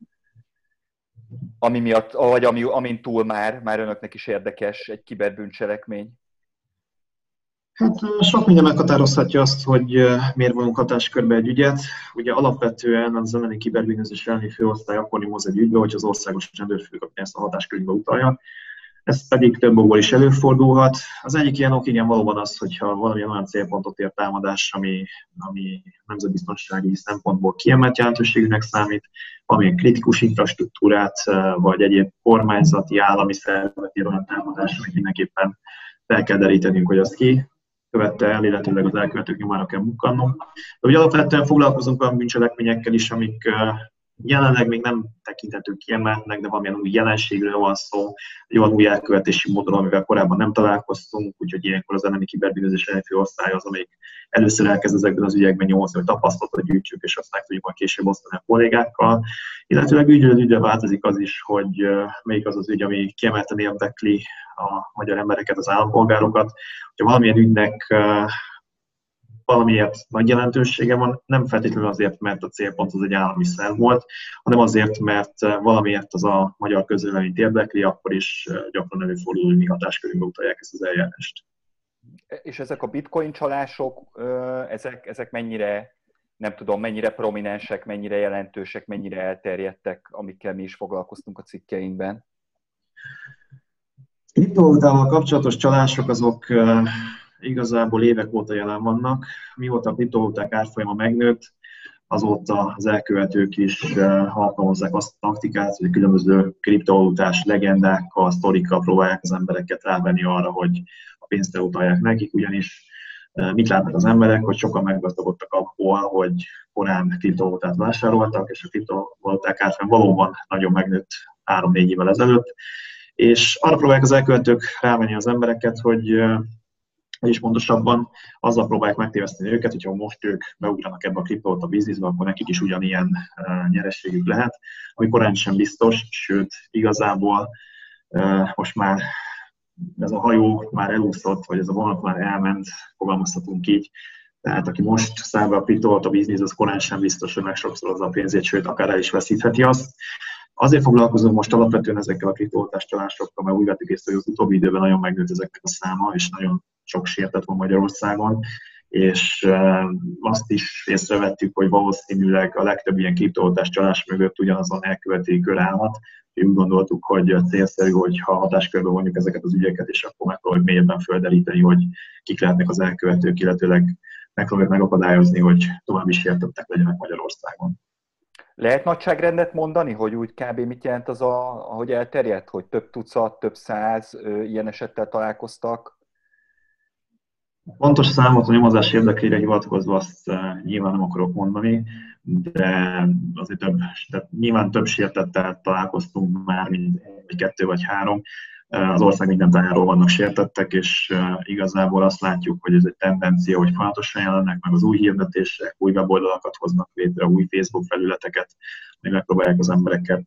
ami miatt, vagy ami, amin túl már, már önöknek is érdekes egy kiberbűncselekmény? Hát sok minden meghatározhatja azt, hogy miért vonunk hatáskörbe egy ügyet. Ugye alapvetően az elleni kiberbűnözés elleni főosztály akkor nyomoz egy ügybe, hogy az országos rendőrfőkapitány ezt a hatáskörbe utalja. Ez pedig több okból is előfordulhat. Az egyik ilyen ok igen valóban az, hogyha valamilyen olyan célpontot ér támadás, ami, ami nemzetbiztonsági szempontból kiemelt jelentőségűnek számít, valamilyen kritikus infrastruktúrát, vagy egyéb kormányzati, állami szervet ér olyan támadás, amit mindenképpen fel kell derítenünk, hogy az ki. követte el, illetőleg az elkövetők nyomára kell bukkannunk. De ugye alapvetően foglalkozunk olyan bűncselekményekkel is, amik jelenleg még nem tekinthető kiemeltnek, de valamilyen új jelenségről van szó, egy olyan új elkövetési módon, amivel korábban nem találkoztunk, úgyhogy ilyenkor az elemi kiberbűnözés elfő osztály az, amelyik először elkezd ezekben az ügyekben nyomozni, hogy tapasztalatot gyűjtsük, és azt meg tudjuk majd később osztani a kollégákkal. Illetőleg ügyről ügyre változik az is, hogy melyik az az ügy, ami kiemelten érdekli a magyar embereket, az állampolgárokat. Hogyha valamilyen ügynek valamiért nagy jelentősége van, nem feltétlenül azért, mert a célpont az egy állami szerv volt, hanem azért, mert valamiért az a magyar közvéleményt érdekli, akkor is gyakran előfordul, hogy mi hatáskörünkbe utalják ezt az eljárást. És ezek a bitcoin csalások, ezek, ezek mennyire, nem tudom, mennyire prominensek, mennyire jelentősek, mennyire elterjedtek, amikkel mi is foglalkoztunk a cikkeinkben? Kriptovalutával kapcsolatos csalások azok igazából évek óta jelen vannak. Mióta a kriptovaluták árfolyama megnőtt, azóta az elkövetők is alkalmazzák azt a taktikát, hogy különböző kriptovalutás legendákkal, sztorikkal próbálják az embereket rávenni arra, hogy a pénzt elutalják nekik, ugyanis mit látnak az emberek, hogy sokan meggazdagodtak abból, hogy korán kriptovalutát vásároltak, és a kriptovaluták árfolyama valóban nagyon megnőtt három-négy évvel ezelőtt, és arra próbálják az elkövetők rávenni az embereket, hogy és pontosabban azzal próbálják megtéveszteni őket, hogyha most ők beugranak ebbe a kriptovaluta bizniszbe, akkor nekik is ugyanilyen uh, nyerességük lehet, ami korán sem biztos, sőt, igazából uh, most már ez a hajó már elúszott, vagy ez a vonat már elment, fogalmazhatunk így. Tehát aki most száll be a kriptovaluta biznisz, az korán sem biztos, hogy megsokszorozza a pénzét, sőt, akár el is veszítheti azt. Azért foglalkozunk most alapvetően ezekkel a kriptovalutás csalásokkal, mert úgy vettük észre, hogy az utóbbi időben nagyon megnőtt ezeknek a száma, és nagyon sok sértett van Magyarországon, és azt is észrevettük, hogy valószínűleg a legtöbb ilyen kriptovalutás csalás mögött ugyanazon elkövetői kör állhat. Úgy gondoltuk, hogy célszerű, hogy ha hatáskörbe vonjuk ezeket az ügyeket, és akkor megpróbáljuk mélyebben földeríteni, hogy kik lehetnek az elkövetők, illetőleg megpróbáljuk megakadályozni, hogy további sértettek legyenek Magyarországon. Lehet nagyságrendet mondani, hogy úgy kb. Mit jelent az, a, ahogy elterjedt, hogy több tucat, több száz ilyen esettel találkoztak? Pontos számot a nyomozás érdekeire hivatkozva azt nyilván nem akarok mondani, de azért több, tehát nyilván több sértettel találkoztunk már, mint egy, kettő vagy három. Az ország minden tájáról vannak sértettek, és igazából azt látjuk, hogy ez egy tendencia, hogy folyamatosan jelennek meg az új hirdetések, új weboldalakat hoznak létre, új Facebook felületeket, hogy megpróbálják az embereket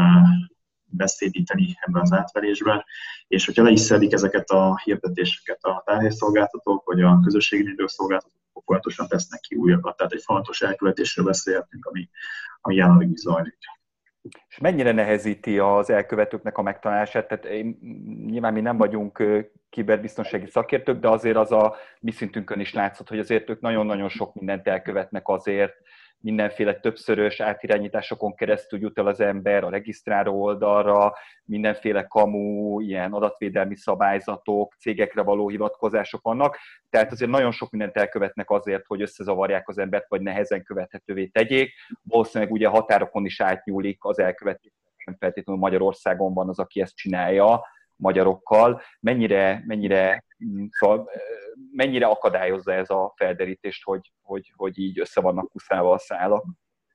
beszédíteni ebben az átverésben, és hogyha le is szedik ezeket a hirdetéseket a tárhelyszolgáltatók, vagy a közösségi szolgáltatók, folyamatosan tesznek ki újakat. Tehát egy fontos elkövetésről beszélhetünk, ami, ami jelenleg is zajlik. És mennyire nehezíti az elkövetőknek a megtalálását? Tehát én, nyilván mi nem vagyunk kiberbiztonsági szakértők, de azért az a mi szintünkön is látszott, hogy azért ők nagyon-nagyon sok mindent elkövetnek azért, mindenféle többszörös átirányításokon keresztül jut el az ember a regisztráló oldalra, mindenféle kamu, ilyen adatvédelmi szabályzatok, cégekre való hivatkozások vannak. Tehát azért nagyon sok mindent elkövetnek azért, hogy összezavarják az embert, vagy nehezen követhetővé tegyék. Valószínűleg ugye határokon is átnyúlik az elkövetés, nem feltétlenül Magyarországon van az, aki ezt csinálja magyarokkal. Mennyire, mennyire, szóval, mennyire akadályozza ez a felderítést, hogy, hogy, hogy így össze vannak kuszálva a szálak?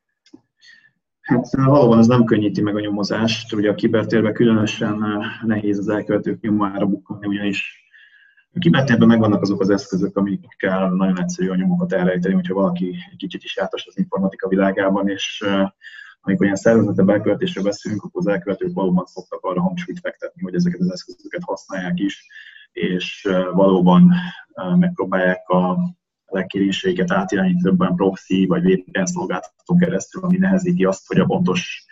Hát valóban ez nem könnyíti meg a nyomozást. Ugye a kibertérben különösen nehéz az elkövetők nyomára bukkanni, ugyanis a kibertérben megvannak azok az eszközök, amikkel nagyon egyszerű a nyomokat elrejteni, hogyha valaki egy kicsit is jártas az informatika világában, és amikor ilyen szervezetebb elkövetésről beszélünk, akkor az elkövetők valóban szoktak arra hangsúlyt fektetni, hogy ezeket az eszközöket használják is, és valóban megpróbálják a legkéréseiket átirányítani többen proxy vagy vé pé en szolgáltatón keresztül, ami nehezíti azt, hogy a pontos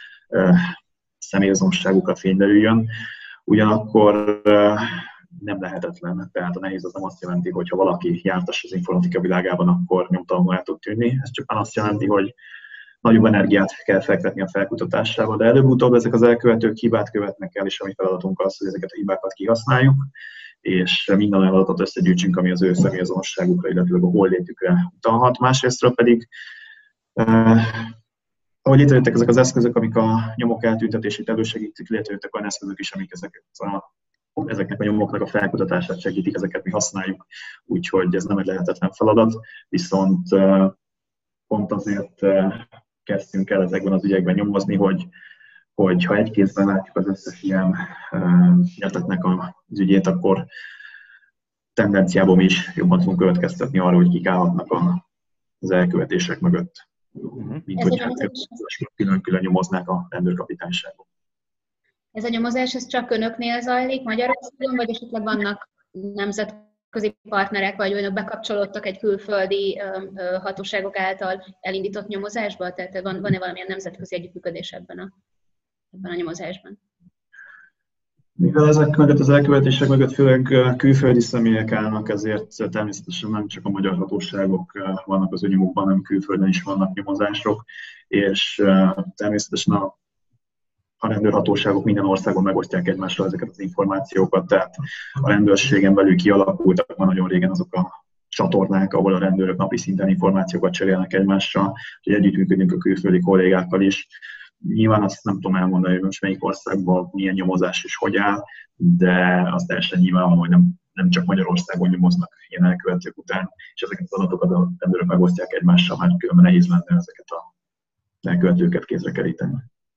személyazonosságukra fényderüljön. Ugyanakkor nem lehetetlen, tehát a nehéz az nem azt jelenti, hogy ha valaki jártas az informatika világában, akkor nyomtalanul el tud tűnni. Ez csupán azt jelenti, hogy nagyobb energiát kell fektetni a felkutatásába, de előbb-utóbb ezek az elkövetők hibát követnek el, és a mi feladatunk az, hogy ezeket a hibákat kihasználjuk, és minden olyan adatot összegyűjtsünk, ami az ő személyazonosságukra, illetve a hollétükre utalhat. Másrésztről pedig, eh, ahogy létrejöttek ezek az eszközök, amik a nyomok eltüntetését elősegítik, létrejöttek olyan eszközök is, amik ezeket a ezeknek a nyomoknak a felkutatását segítik, ezeket mi használjuk, úgyhogy ez nem egy lehetetlen feladat, viszont pont azért kezdtünk el ezekben az ügyekben nyomozni, hogy, hogy ha egy kézben látjuk az összes ilyen esetnek az ügyét, akkor tendenciából is jobban tudunk következtetni arra, hogy kik állhatnak az elkövetések mögött, uh-huh. mint hogyha külön-külön nyomoznák a rendőrkapitányságot. Ez a nyomozás ez csak önöknél zajlik Magyarországon, vagy esetleg vannak nemzetközi partnerek, vagy önök bekapcsolódtak egy külföldi hatóságok által elindított nyomozásba? Tehát van, van-e valamilyen nemzetközi együttműködés ebben a, ebben a nyomozásban? Mivel ezek mögött az elkövetések mögött főleg külföldi személyek állnak, ezért természetesen nem csak a magyar hatóságok vannak az ügymunkban, hanem külföldön is vannak nyomozások, és természetesen a A rendőrhatóságok minden országon megosztják egymással ezeket az információkat, tehát a rendőrségen belül kialakultak már nagyon régen azok a csatornák, ahol a rendőrök napi szinten információkat cserélnek egymással, hogy együttműködünk a külföldi kollégákkal is. Nyilván azt nem tudom elmondani, hogy most melyik országban milyen nyomozás és hogy áll, de az teljesen nyilvánvaló, hogy nem, nem csak Magyarországon nyomoznak ilyen elkövetők után, és ezeket az adatokat a rendőrök megosztják egymással, mert különben nehéz lenne ezeket a elkövetőket kézre keríteni.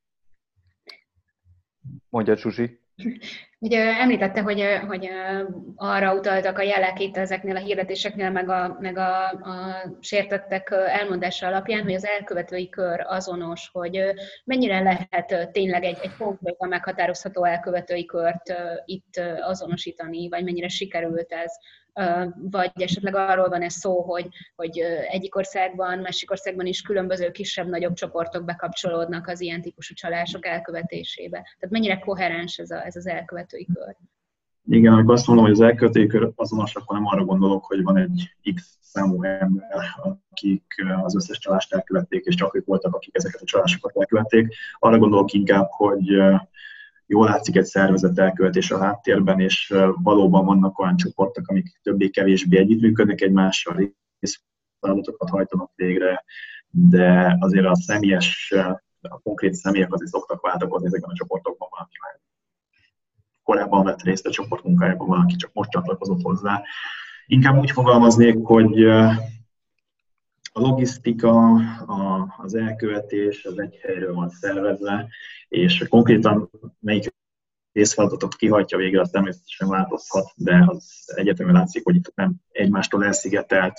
Mondja, Zsuzsi. Ugye említette, hogy, hogy arra utaltak a jelek itt ezeknél a hirdetéseknél, meg a, meg a, a sértettek elmondása alapján, hogy az elkövetői kör azonos, hogy mennyire lehet tényleg egy, egy konkrétan meghatározható elkövetői kört itt azonosítani, vagy mennyire sikerült ez. Vagy esetleg arról van ez szó, hogy, hogy egyik országban, másik országban is különböző kisebb-nagyobb csoportok bekapcsolódnak az ilyen típusú csalások elkövetésébe. Tehát mennyire koherens ez, a, ez az elkövetői kör? Igen, amikor azt mondom, hogy az elkövetői kör azonos, akkor nem arra gondolok, hogy van egy X számú ember, akik az összes csalást elkövették, és csak ők voltak, akik ezeket a csalásokat elkövették. Arra gondolok inkább, hogy jól látszik egy szervezett elkövetés a háttérben, és valóban vannak olyan csoportok, amik többé-kevésbé együttműködnek egymással, feladatokat hajtanak végre, de azért a személyes, a konkrét személyek azért szoktak váltakozni ezekben a csoportokban, valaki már korábban vett részt a csoportmunkájában, valaki csak most csatlakozott hozzá. Inkább úgy fogalmaznék, hogy a logisztika, az elkövetés az egy helyről van szervezve, és konkrétan melyik részfeladatot kihajtja végre, az természetesen változhat, de az egyetemben látszik, hogy itt nem egymástól elszigetelt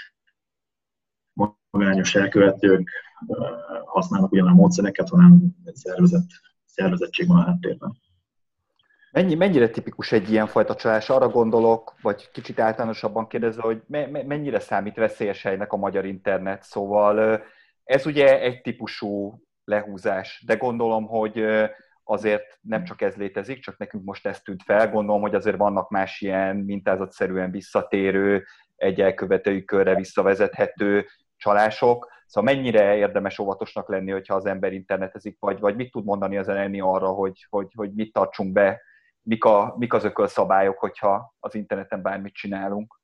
magányos elkövetők használnak ugyan a módszereket, hanem egy szervezet, szervezettség van a háttérben. Mennyi, mennyire tipikus egy ilyen fajta csalás? Arra gondolok, vagy kicsit általánosabban kérdezve, hogy me, me, mennyire számít veszélyes helynek a magyar internet? Szóval ez ugye egy típusú lehúzás, de gondolom, hogy azért nem csak ez létezik, csak nekünk most ez tűnt fel. Gondolom, hogy azért vannak más ilyen mintázatszerűen visszatérő, egy elkövetői körre visszavezethető csalások. Szóval mennyire érdemes óvatosnak lenni, hogyha az ember internetezik, vagy, vagy mit tud mondani az elemi arra, hogy, hogy, hogy mit tartsunk be, mik, a, mik az ökölszabályok, hogyha az interneten bármit csinálunk?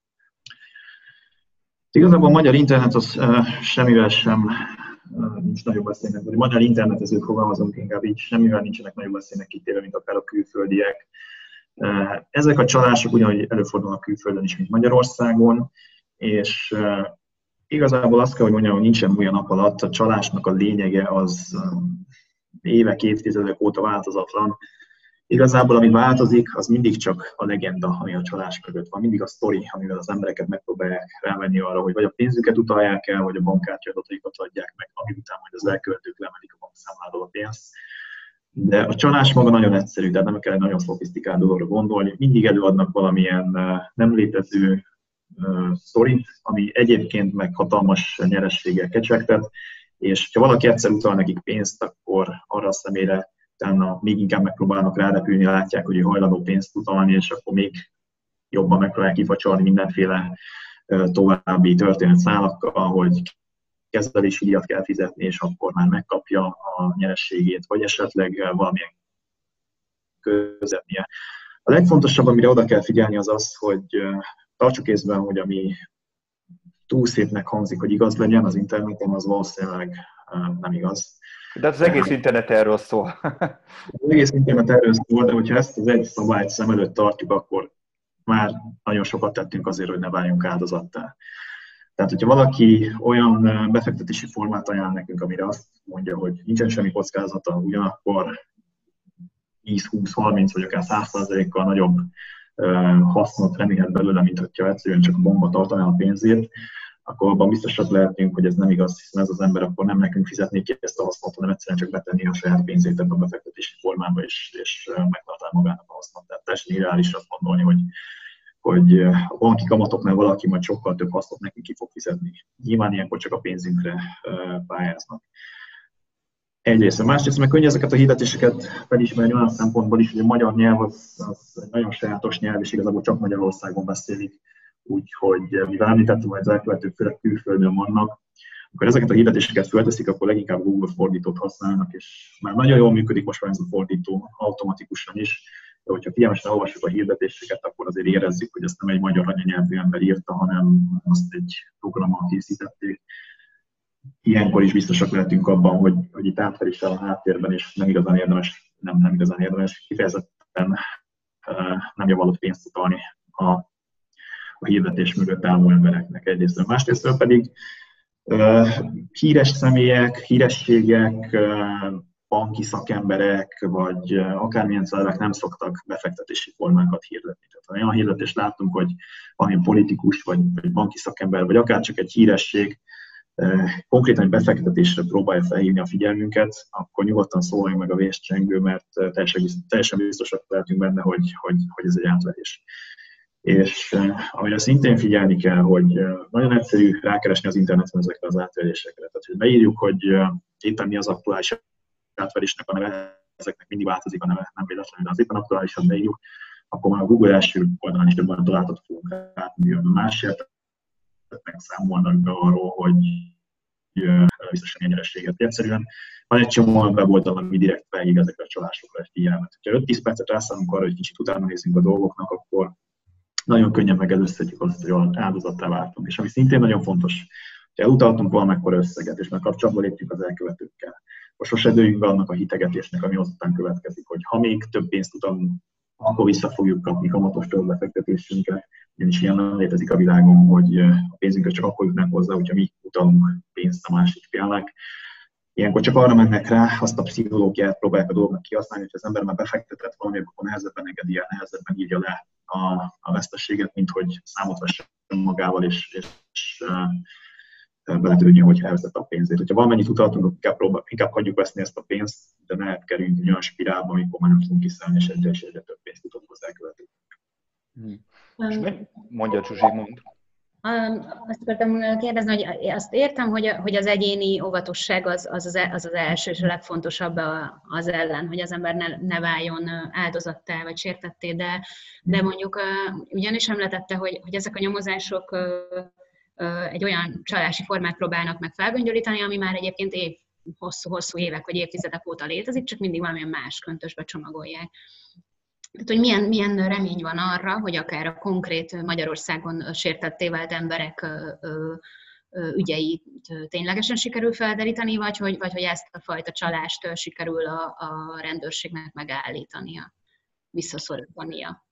Igazából a magyar internet az uh, semmivel sem uh, nincs nagyobb veszélynek, vagy magyar internetezők fogalmazunk inkább így, semmivel nincsenek nagyobb veszélynek kitéve, mint akár a külföldiek. Uh, ezek a csalások ugyanúgy előfordulnak külföldön is, mint Magyarországon, és uh, igazából azt kell, hogy mondjam, hogy nincsen olyan nap alatt, a csalásnak a lényege az um, évek, évtizedek óta változatlan. Igazából, ami változik, az mindig csak a legenda, ami a csalás mögött van. Mindig a sztori, amivel az embereket megpróbálják rávenni arra, hogy vagy a pénzüket utalják el, vagy a bankkártya adataikat adják meg, ami után majd az elkövetők lemelik a bankszámláról a pénzt. De a csalás maga nagyon egyszerű, tehát nem kell egy nagyon szofisztikált dologra gondolni. Mindig előadnak valamilyen nem létező uh, sztorit, ami egyébként meg hatalmas nyerességgel kecsegtet, és ha valaki egyszer utal nekik pénzt, akkor arra a személyre utána még inkább megpróbálnak rárepülni, látják, hogy hajlandó pénzt utalni, és akkor még jobban megpróbálják kifacsarni mindenféle további történetszálakkal, hogy kezelési díjat kell fizetni, és akkor már megkapja a nyerességét, vagy esetleg valamilyen közvetnie. A legfontosabb, amire oda kell figyelni, az az, hogy tartsuk észben, hogy ami túl szépnek hangzik, hogy igaz legyen az interneten, az valószínűleg nem igaz. De az egész internet erről szól. Az egész internet erről szól, de hogyha ezt az egy szabályt szem előtt tartjuk, akkor már nagyon sokat tettünk azért, hogy ne váljunk áldozattá. Tehát, hogyha valaki olyan befektetési formát ajánl nekünk, amire azt mondja, hogy nincsen semmi kockázata, ugyanakkor tíz, húsz, harminc vagy akár száz százalékkal nagyobb hasznot remélhet belőle, mint hogyha egyszerűen csak a bankba tartaná a pénzét, akkor abban biztosak lehetünk, hogy ez nem igaz, hiszen ez az ember akkor nem nekünk fizetné ki ezt a hasznot, hanem egyszerűen csak betenni a saját pénzét ebben a befektetési formába, és, és megtartál magának a hasznot. Tehát teljesen irreális azt gondolni, hogy, hogy a banki kamatoknál valaki majd sokkal több hasznot nekünk ki fog fizetni. Nyilván ilyenkor csak a pénzünkre pályáznak. Egyrészt, másrészt meg könnyű ezeket a hirdetéseket felismerni olyan szempontból is, hogy a magyar nyelv az, az egy nagyon sajátos nyelv, és igazából csak Magyarországon beszélik, úgyhogy mivel említettem, hogy az elkövetők főleg külföldön vannak, akkor ezeket a hirdetéseket fölteszik, akkor leginkább Google fordítót használnak, és már nagyon jól működik most már ez a fordító automatikusan is, de hogyha figyelmesen olvassuk a hirdetéseket, akkor azért érezzük, hogy ezt nem egy magyar anyanyelvű ember írta, hanem azt egy programmal készítették. Ilyenkor is biztosak lehetünk abban, hogy, hogy itt átverés el a háttérben, és nem igazán érdemes, nem, nem igazán érdemes, kifejezetten uh, nem javallott pénzt utalni a, a hirdetés mögött álló embereknek egyrészt. Másrészt pedig uh, híres személyek, hírességek, uh, banki szakemberek, vagy uh, akármilyen szervek nem szoktak befektetési formákat hirdetni. Tehát olyan hirdetést láttunk, hogy valamilyen politikus, vagy, vagy banki szakember, vagy akár csak egy híresség konkrétan egy befektetésre próbálja felhívni a figyelmünket, akkor nyugodtan szóljunk meg a vészcsengő, mert teljesen, teljesen biztosak lehetünk benne, hogy, hogy, hogy ez egy átverés. És amire szintén figyelni kell, hogy nagyon egyszerű rákeresni az interneten ezekre az átverésekre. Tehát, hogy beírjuk, hogy éppen mi az aktuális átverésnek a neve, ezeknek mindig változik a neve, nem véletlenül, de az éppen aktuálisan beírjuk, akkor már a Google első oldalán is több olyan találatot fogunk látni, a másért megszámolnak be arról, hogy biztosan ilyen nyerességet. Egyszerűen van egy csomó olyan weboldal, ami direkt felhív ezekre a csalásokra egy figyelmet. Ha öt-tíz percet rászállunk arra, hogy kicsit utána nézzünk a dolgoknak, akkor nagyon könnyen megelőzhetjük azt, hogy áldozattá váltunk. És ami szintén nagyon fontos, hogy elutaltunk valamekkora összeget, és meg kapcsolatba léptünk az elkövetőkkel. Most sose dőljünk be annak a hitegetésnek, ami azután következik, hogy ha még több pénzt utalunk, akkor vissza fogjuk kapni kamatos befektetésünkre, ugyanis ilyen nem létezik a világon, hogy a pénzünket csak akkor jutnánk hozzá, hogyha mi utalunk pénzt a másik félnek. Ilyenkor csak arra mennek rá, azt a pszichológiát próbálják a dolgnak kihasználni, hogy az ember már befektetett valami, akkor nehezebben engedi el, nehezebben írja le a, a veszteséget, mint hogy számot vessen magával, és, és, és beletődjön, hogy elveszett a pénzét. Hogyha valamennyit utaltunk, akkor inkább, próbál, inkább hagyjuk veszni ezt a pénzt, de ne kerüljünk egy olyan spirálba, amikor már nem tudunk kiszállni, és egyre és egyre több pénzt tudunk hozzá elkövetni. Hmm. Mondja, Zsuzsi, mond. Azt akartam kérdezni, hogy azt értem, hogy, hogy az egyéni óvatosság az az, az, az, az első és a legfontosabb az ellen, hogy az ember ne, ne váljon áldozattá vagy sértetté, de, de mondjuk ugyanis említette, hogy, hogy ezek a nyomozások egy olyan csalási formát próbálnak meg felgöngyölíteni, ami már egyébként év, hosszú-hosszú évek vagy évtizedek óta létezik, csak mindig valamilyen más köntösbe csomagolják. Tehát, hogy milyen, milyen remény van arra, hogy akár a konkrét Magyarországon sértetté vált emberek ügyeit ténylegesen sikerül felderíteni, vagy hogy, vagy hogy ezt a fajta csalást sikerül a, a rendőrségnek megállítania, visszaszorítania.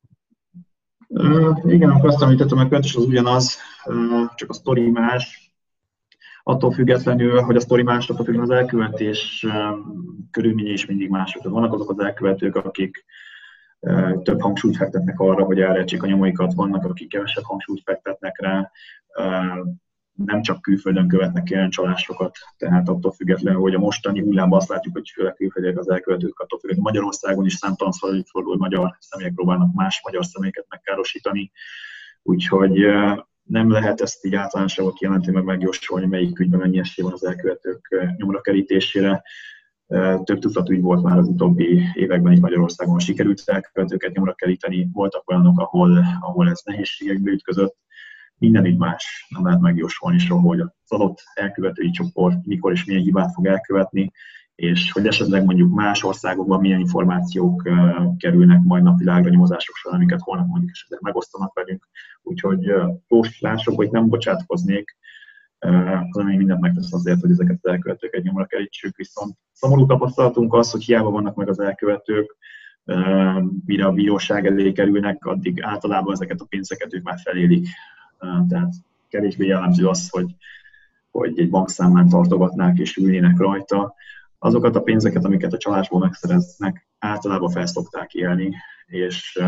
Uh, igen, akkor azt említettem, hogy az ugyanaz, uh, csak a sztori más. Attól függetlenül, hogy a sztori más, attól függetlenül az elkövetés uh, körülményei is mindig mások. Vannak azok az elkövetők, akik uh, több hangsúlyt fektetnek arra, hogy elrejtsék a nyomaikat, vannak, akik kevesebb hangsúlyt fektetnek rá, uh, nem csak külföldön követnek ilyen csalásokat, tehát attól függetlenül, hogy a mostani hullámban azt látjuk, hogy főleg külföldiek az elkövetők, attól függetlenül Magyarországon is számtalanszor fordul, hogy magyar személyek próbálnak más magyar személyeket megkárosítani, úgyhogy nem lehet ezt így általánosságban kijelenteni, meg megjósolni, melyik ügyben mennyi esély van az elkövetők nyomra kerítésére. Több tucat ügy volt már az utóbbi években itt Magyarországon, sikerült elkövetőket nyomra keríteni, voltak olyanok, ahol, ahol ez nehézségekbe ütközött. Minden így más, nem lehet megjósolni soha, hogy az adott elkövetői csoport mikor és milyen hibát fog elkövetni, és hogy esetleg mondjuk más országokban milyen információk uh, kerülnek majd napvilágra nyomozások során, amiket holnap mondjuk esetleg megosztanak velünk. Úgyhogy uh, jóslásokba itt nem bocsátkoznék, hanem még mindent megtesz azért, hogy ezeket az elkövetőket nyomra kerítsük. Viszont szomorú tapasztalatunk az, hogy hiába vannak meg az elkövetők, mire a bíróság elé kerülnek, addig általában ezeket a pénzeket ők már felélik. Tehát kevésbé jellemző az, hogy, hogy egy bankszámlán tartogatnák és ülnének rajta. Azokat a pénzeket, amiket a csalásból megszereznek, általában fel szokták élni, és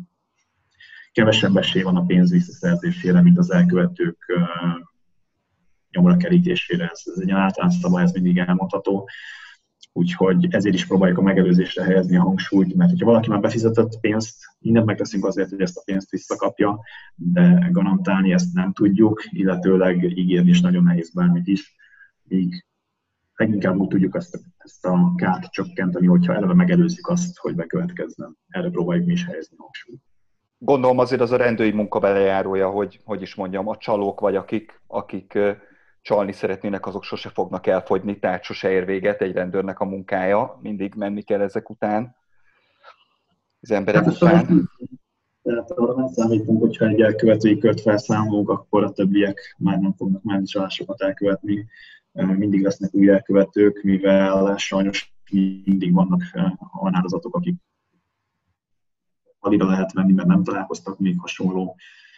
kevesebb esély van a pénz visszaszerzésére, mint az elkövetők nyomra kerítésére. Ez, ez egy általános szabály, ez mindig elmondható. Úgyhogy ezért is próbáljuk a megelőzésre helyezni a hangsúlyt, mert ha valaki már befizetett pénzt, mindent megteszünk azért, hogy ezt a pénzt visszakapja, de garantálni ezt nem tudjuk, illetőleg ígérni is nagyon nehéz bármit is, így leginkább úgy tudjuk ezt, ezt a kárt csökkenteni, hogyha eleve megelőzzük azt, hogy bekövetkezzen. Erre próbáljuk mi is helyezni a hangsúlyt. Gondolom azért az a rendőri munka belejárója, hogy, hogy is mondjam, a csalók vagy akik, akik csalni szeretnének, azok sose fognak elfogyni, tehát sose ér véget egy rendőrnek a munkája, mindig menni kell ezek után, az emberek hát, után. Tehát arra nem számítunk, hogyha egy elkövetői kört felszámolunk, akkor a többiek már nem fognak már csalásokat elkövetni. Mindig lesznek új elkövetők, mivel sajnos mindig vannak olyan áldozatok, akik alira lehet venni, mert nem találkoztak még hasonló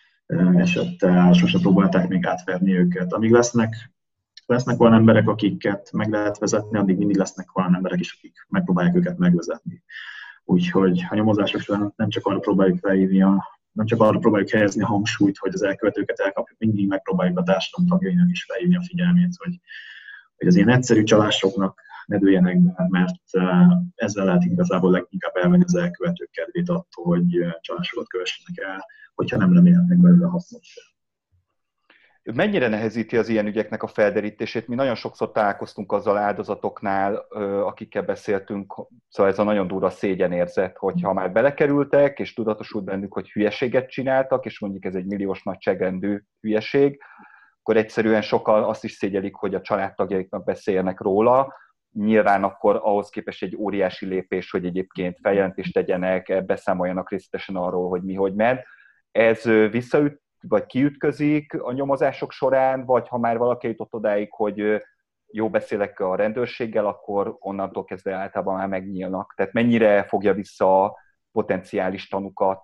esettel, sose próbálták még átverni őket. Amíg lesznek, lesznek olyan emberek, akiket meg lehet vezetni, addig mindig lesznek olyan emberek is, akik megpróbálják őket megvezetni. Úgyhogy a nyomozások során nem csak arra próbáljuk felhívni, a, nem csak arra próbáljuk helyezni a hangsúlyt, hogy az elkövetőket elkapjuk, mindig megpróbáljuk a társadalom tagjainak is felhívni a figyelmét, hogy, hogy az ilyen egyszerű csalásoknak ne dőljenek be, mert ezzel lehet igazából leginkább elvenni az elkövetők kedvét attól, hogy csalásokat kövessenek el, hogyha nem remélhetnek belőle hasznot sem. Mennyire nehezíti az ilyen ügyeknek a felderítését? Mi nagyon sokszor találkoztunk azzal áldozatoknál, akikkel beszéltünk, szóval ez a nagyon durva szégyenérzet, hogy ha már belekerültek, és tudatosult bennük, hogy hülyeséget csináltak, és mondjuk ez egy milliós nagyságrendű hülyeség, akkor egyszerűen sokan azt is szégyelik, hogy a családtagjaiknak beszéljenek róla. Nyilván akkor ahhoz képest egy óriási lépés, hogy egyébként feljelentést tegyenek, beszámoljanak részletesen arról, hogy mi hogy ment. Ez visszaüt, vagy kiütközik a nyomozások során, vagy ha már valaki jutott odáig, hogy jó beszélek a rendőrséggel, akkor onnantól kezdve általában már megnyílnak. Tehát mennyire fogja vissza a potenciális tanukat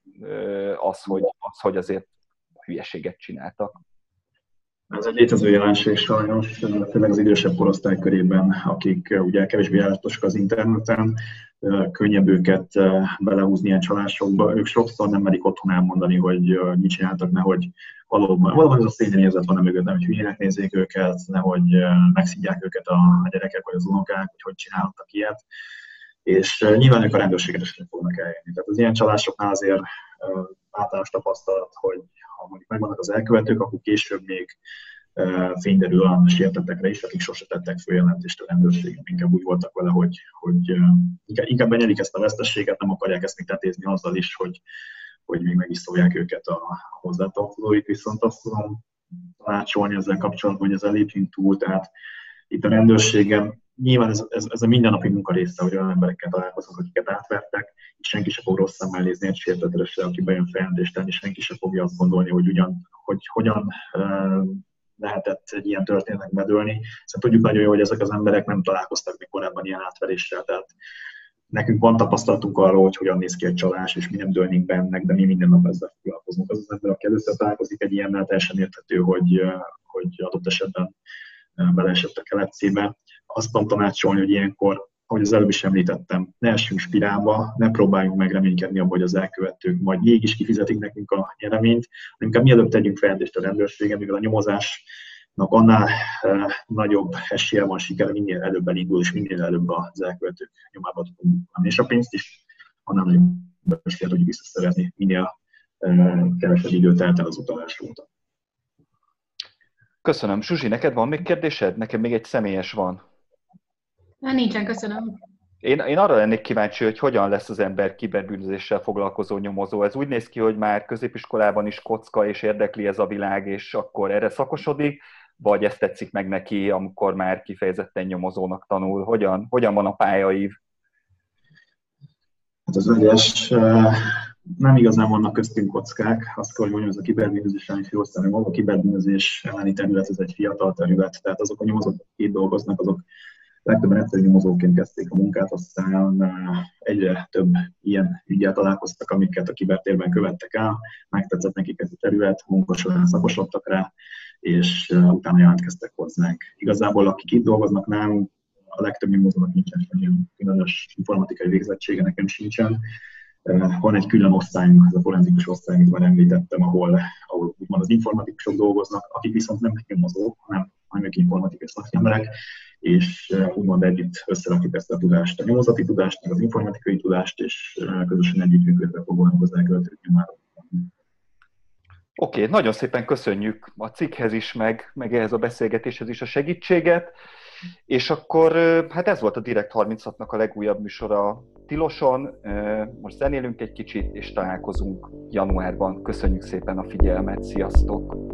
az, hogy, az, hogy azért hülyeséget csináltak? Ez egy létező jelenség sajnos, főleg az idősebb korosztály körében, akik ugye kevésbé járatosak az interneten, könnyebb őket belehúzni ilyen csalásokba. Ők sokszor nem merik otthon elmondani, hogy mit csináltak, nehogy valóban, valóban ez a szégyenérzet van a mögött, nem, hogy hülyének nézzék őket, nehogy megszidják őket a gyerekek vagy az unokák, hogy hogy csináltak ilyet. És nyilván ők a rendőrséget is fognak eljönni. Tehát az ilyen csalásoknál azért általános tapasztalat, hogy ha mondjuk megvannak az elkövetők, akkor később még fényderül olyan sértettekre is, akik sose tettek följelentést a rendőrségen. Inkább úgy voltak vele, hogy, hogy inkább benyelik ezt a vesztességet, nem akarják ezt még tetézni azzal is, hogy, hogy még meg is szólják őket a hozzátartozóik. Viszont azt tudom tanácsolni ezzel kapcsolatban, hogy ezzel lépjünk túl. Tehát itt a rendőrségen nyilván ez, ez, ez a mindennapi munka része, hogy olyan emberekkel találkozunk, akiket átvertek, és senki sem fog rossz szemmel nézni egy sértetresre, aki bejön feljelentést tenni, senki sem fogja azt gondolni, hogy, ugyan, hogy hogyan uh, lehetett egy ilyen történetnek bedőlni. Szóval tudjuk nagyon jó, hogy ezek az emberek nem találkoztak még korábban ilyen átveréssel, tehát nekünk van tapasztalatunk arról, hogy hogyan néz ki egy csalás, és mi nem dőlnénk bennek, de mi minden nap ezzel foglalkozunk. Az az ember, aki először találkozik egy ilyennel, teljesen érthető, hogy, hogy adott esetben beleesett a keletcébe. Azt tudom tanácsolni, hogy ilyenkor, ahogy az előbb is említettem, ne essünk spirálba, ne próbáljunk meg reménykedni abban, hogy az elkövetők majd mégis kifizetik nekünk a nyereményt, inkább mielőbb tegyünk feljelentést a rendőrségen, mivel a nyomozásnak annál eh, nagyobb esélye van sikere, minél előbb elindul, és minél előbb az elkövetők nyomába tudunk menni. És a pénzt is annál nagyobb esélye tudjuk visszaszerezni, minél eh, kevesebb időt telt el az utalás óta. Köszönöm. Zsuzsi, neked van még kérdésed? Nekem még egy személyes van. Na, nincsen, köszönöm. Én, én arra lennék kíváncsi, hogy hogyan lesz az ember kiberbűnözéssel foglalkozó nyomozó. Ez úgy néz ki, hogy már középiskolában is kocka és érdekli ez a világ, és akkor erre szakosodik, vagy ezt tetszik meg neki, amikor már kifejezetten nyomozónak tanul. Hogyan, hogyan van a pályaív? Hát az egyes nem igazán vannak köztünk kockák, azt kell, hogy mondjam, ez a kiberbűnözés elleni főosztály, maga a kiberbűnözés elleni terület, ez egy fiatal terület, tehát azok a nyomozók, akik itt dolgoznak, azok legtöbben egyszerű nyomozóként kezdték a munkát, aztán egyre több ilyen ügyel találkoztak, amiket a kibertérben követtek el, megtetszett nekik ez a terület, munka során szakosodtak rá, és utána jelentkeztek hozzánk. Igazából akik itt dolgoznak nálunk, a legtöbb nyomozónak nincsen semmilyen különös informatikai végzettsége, nekem sincsen. Van egy külön osztályunk, ez a forenzikus osztály, amit már említettem, ahol, ahol úgymond az informatikusok dolgoznak, akik viszont nem nyomozók, hanem anyagi informatikai szakemberek, és úgymond együtt összerakjuk ezt a tudást, a nyomozati tudást, meg az informatikai tudást, és közösen együttműködve foglalkozunk az elkövetők nyomára. Oké, okay, nagyon szépen köszönjük a cikkhez is, meg, meg ehhez a beszélgetéshez is a segítséget, és akkor hát ez volt a Direkt harminchatnak a legújabb műsora Tiloson. Most zenélünk egy kicsit, és találkozunk januárban. Köszönjük szépen a figyelmet, sziasztok!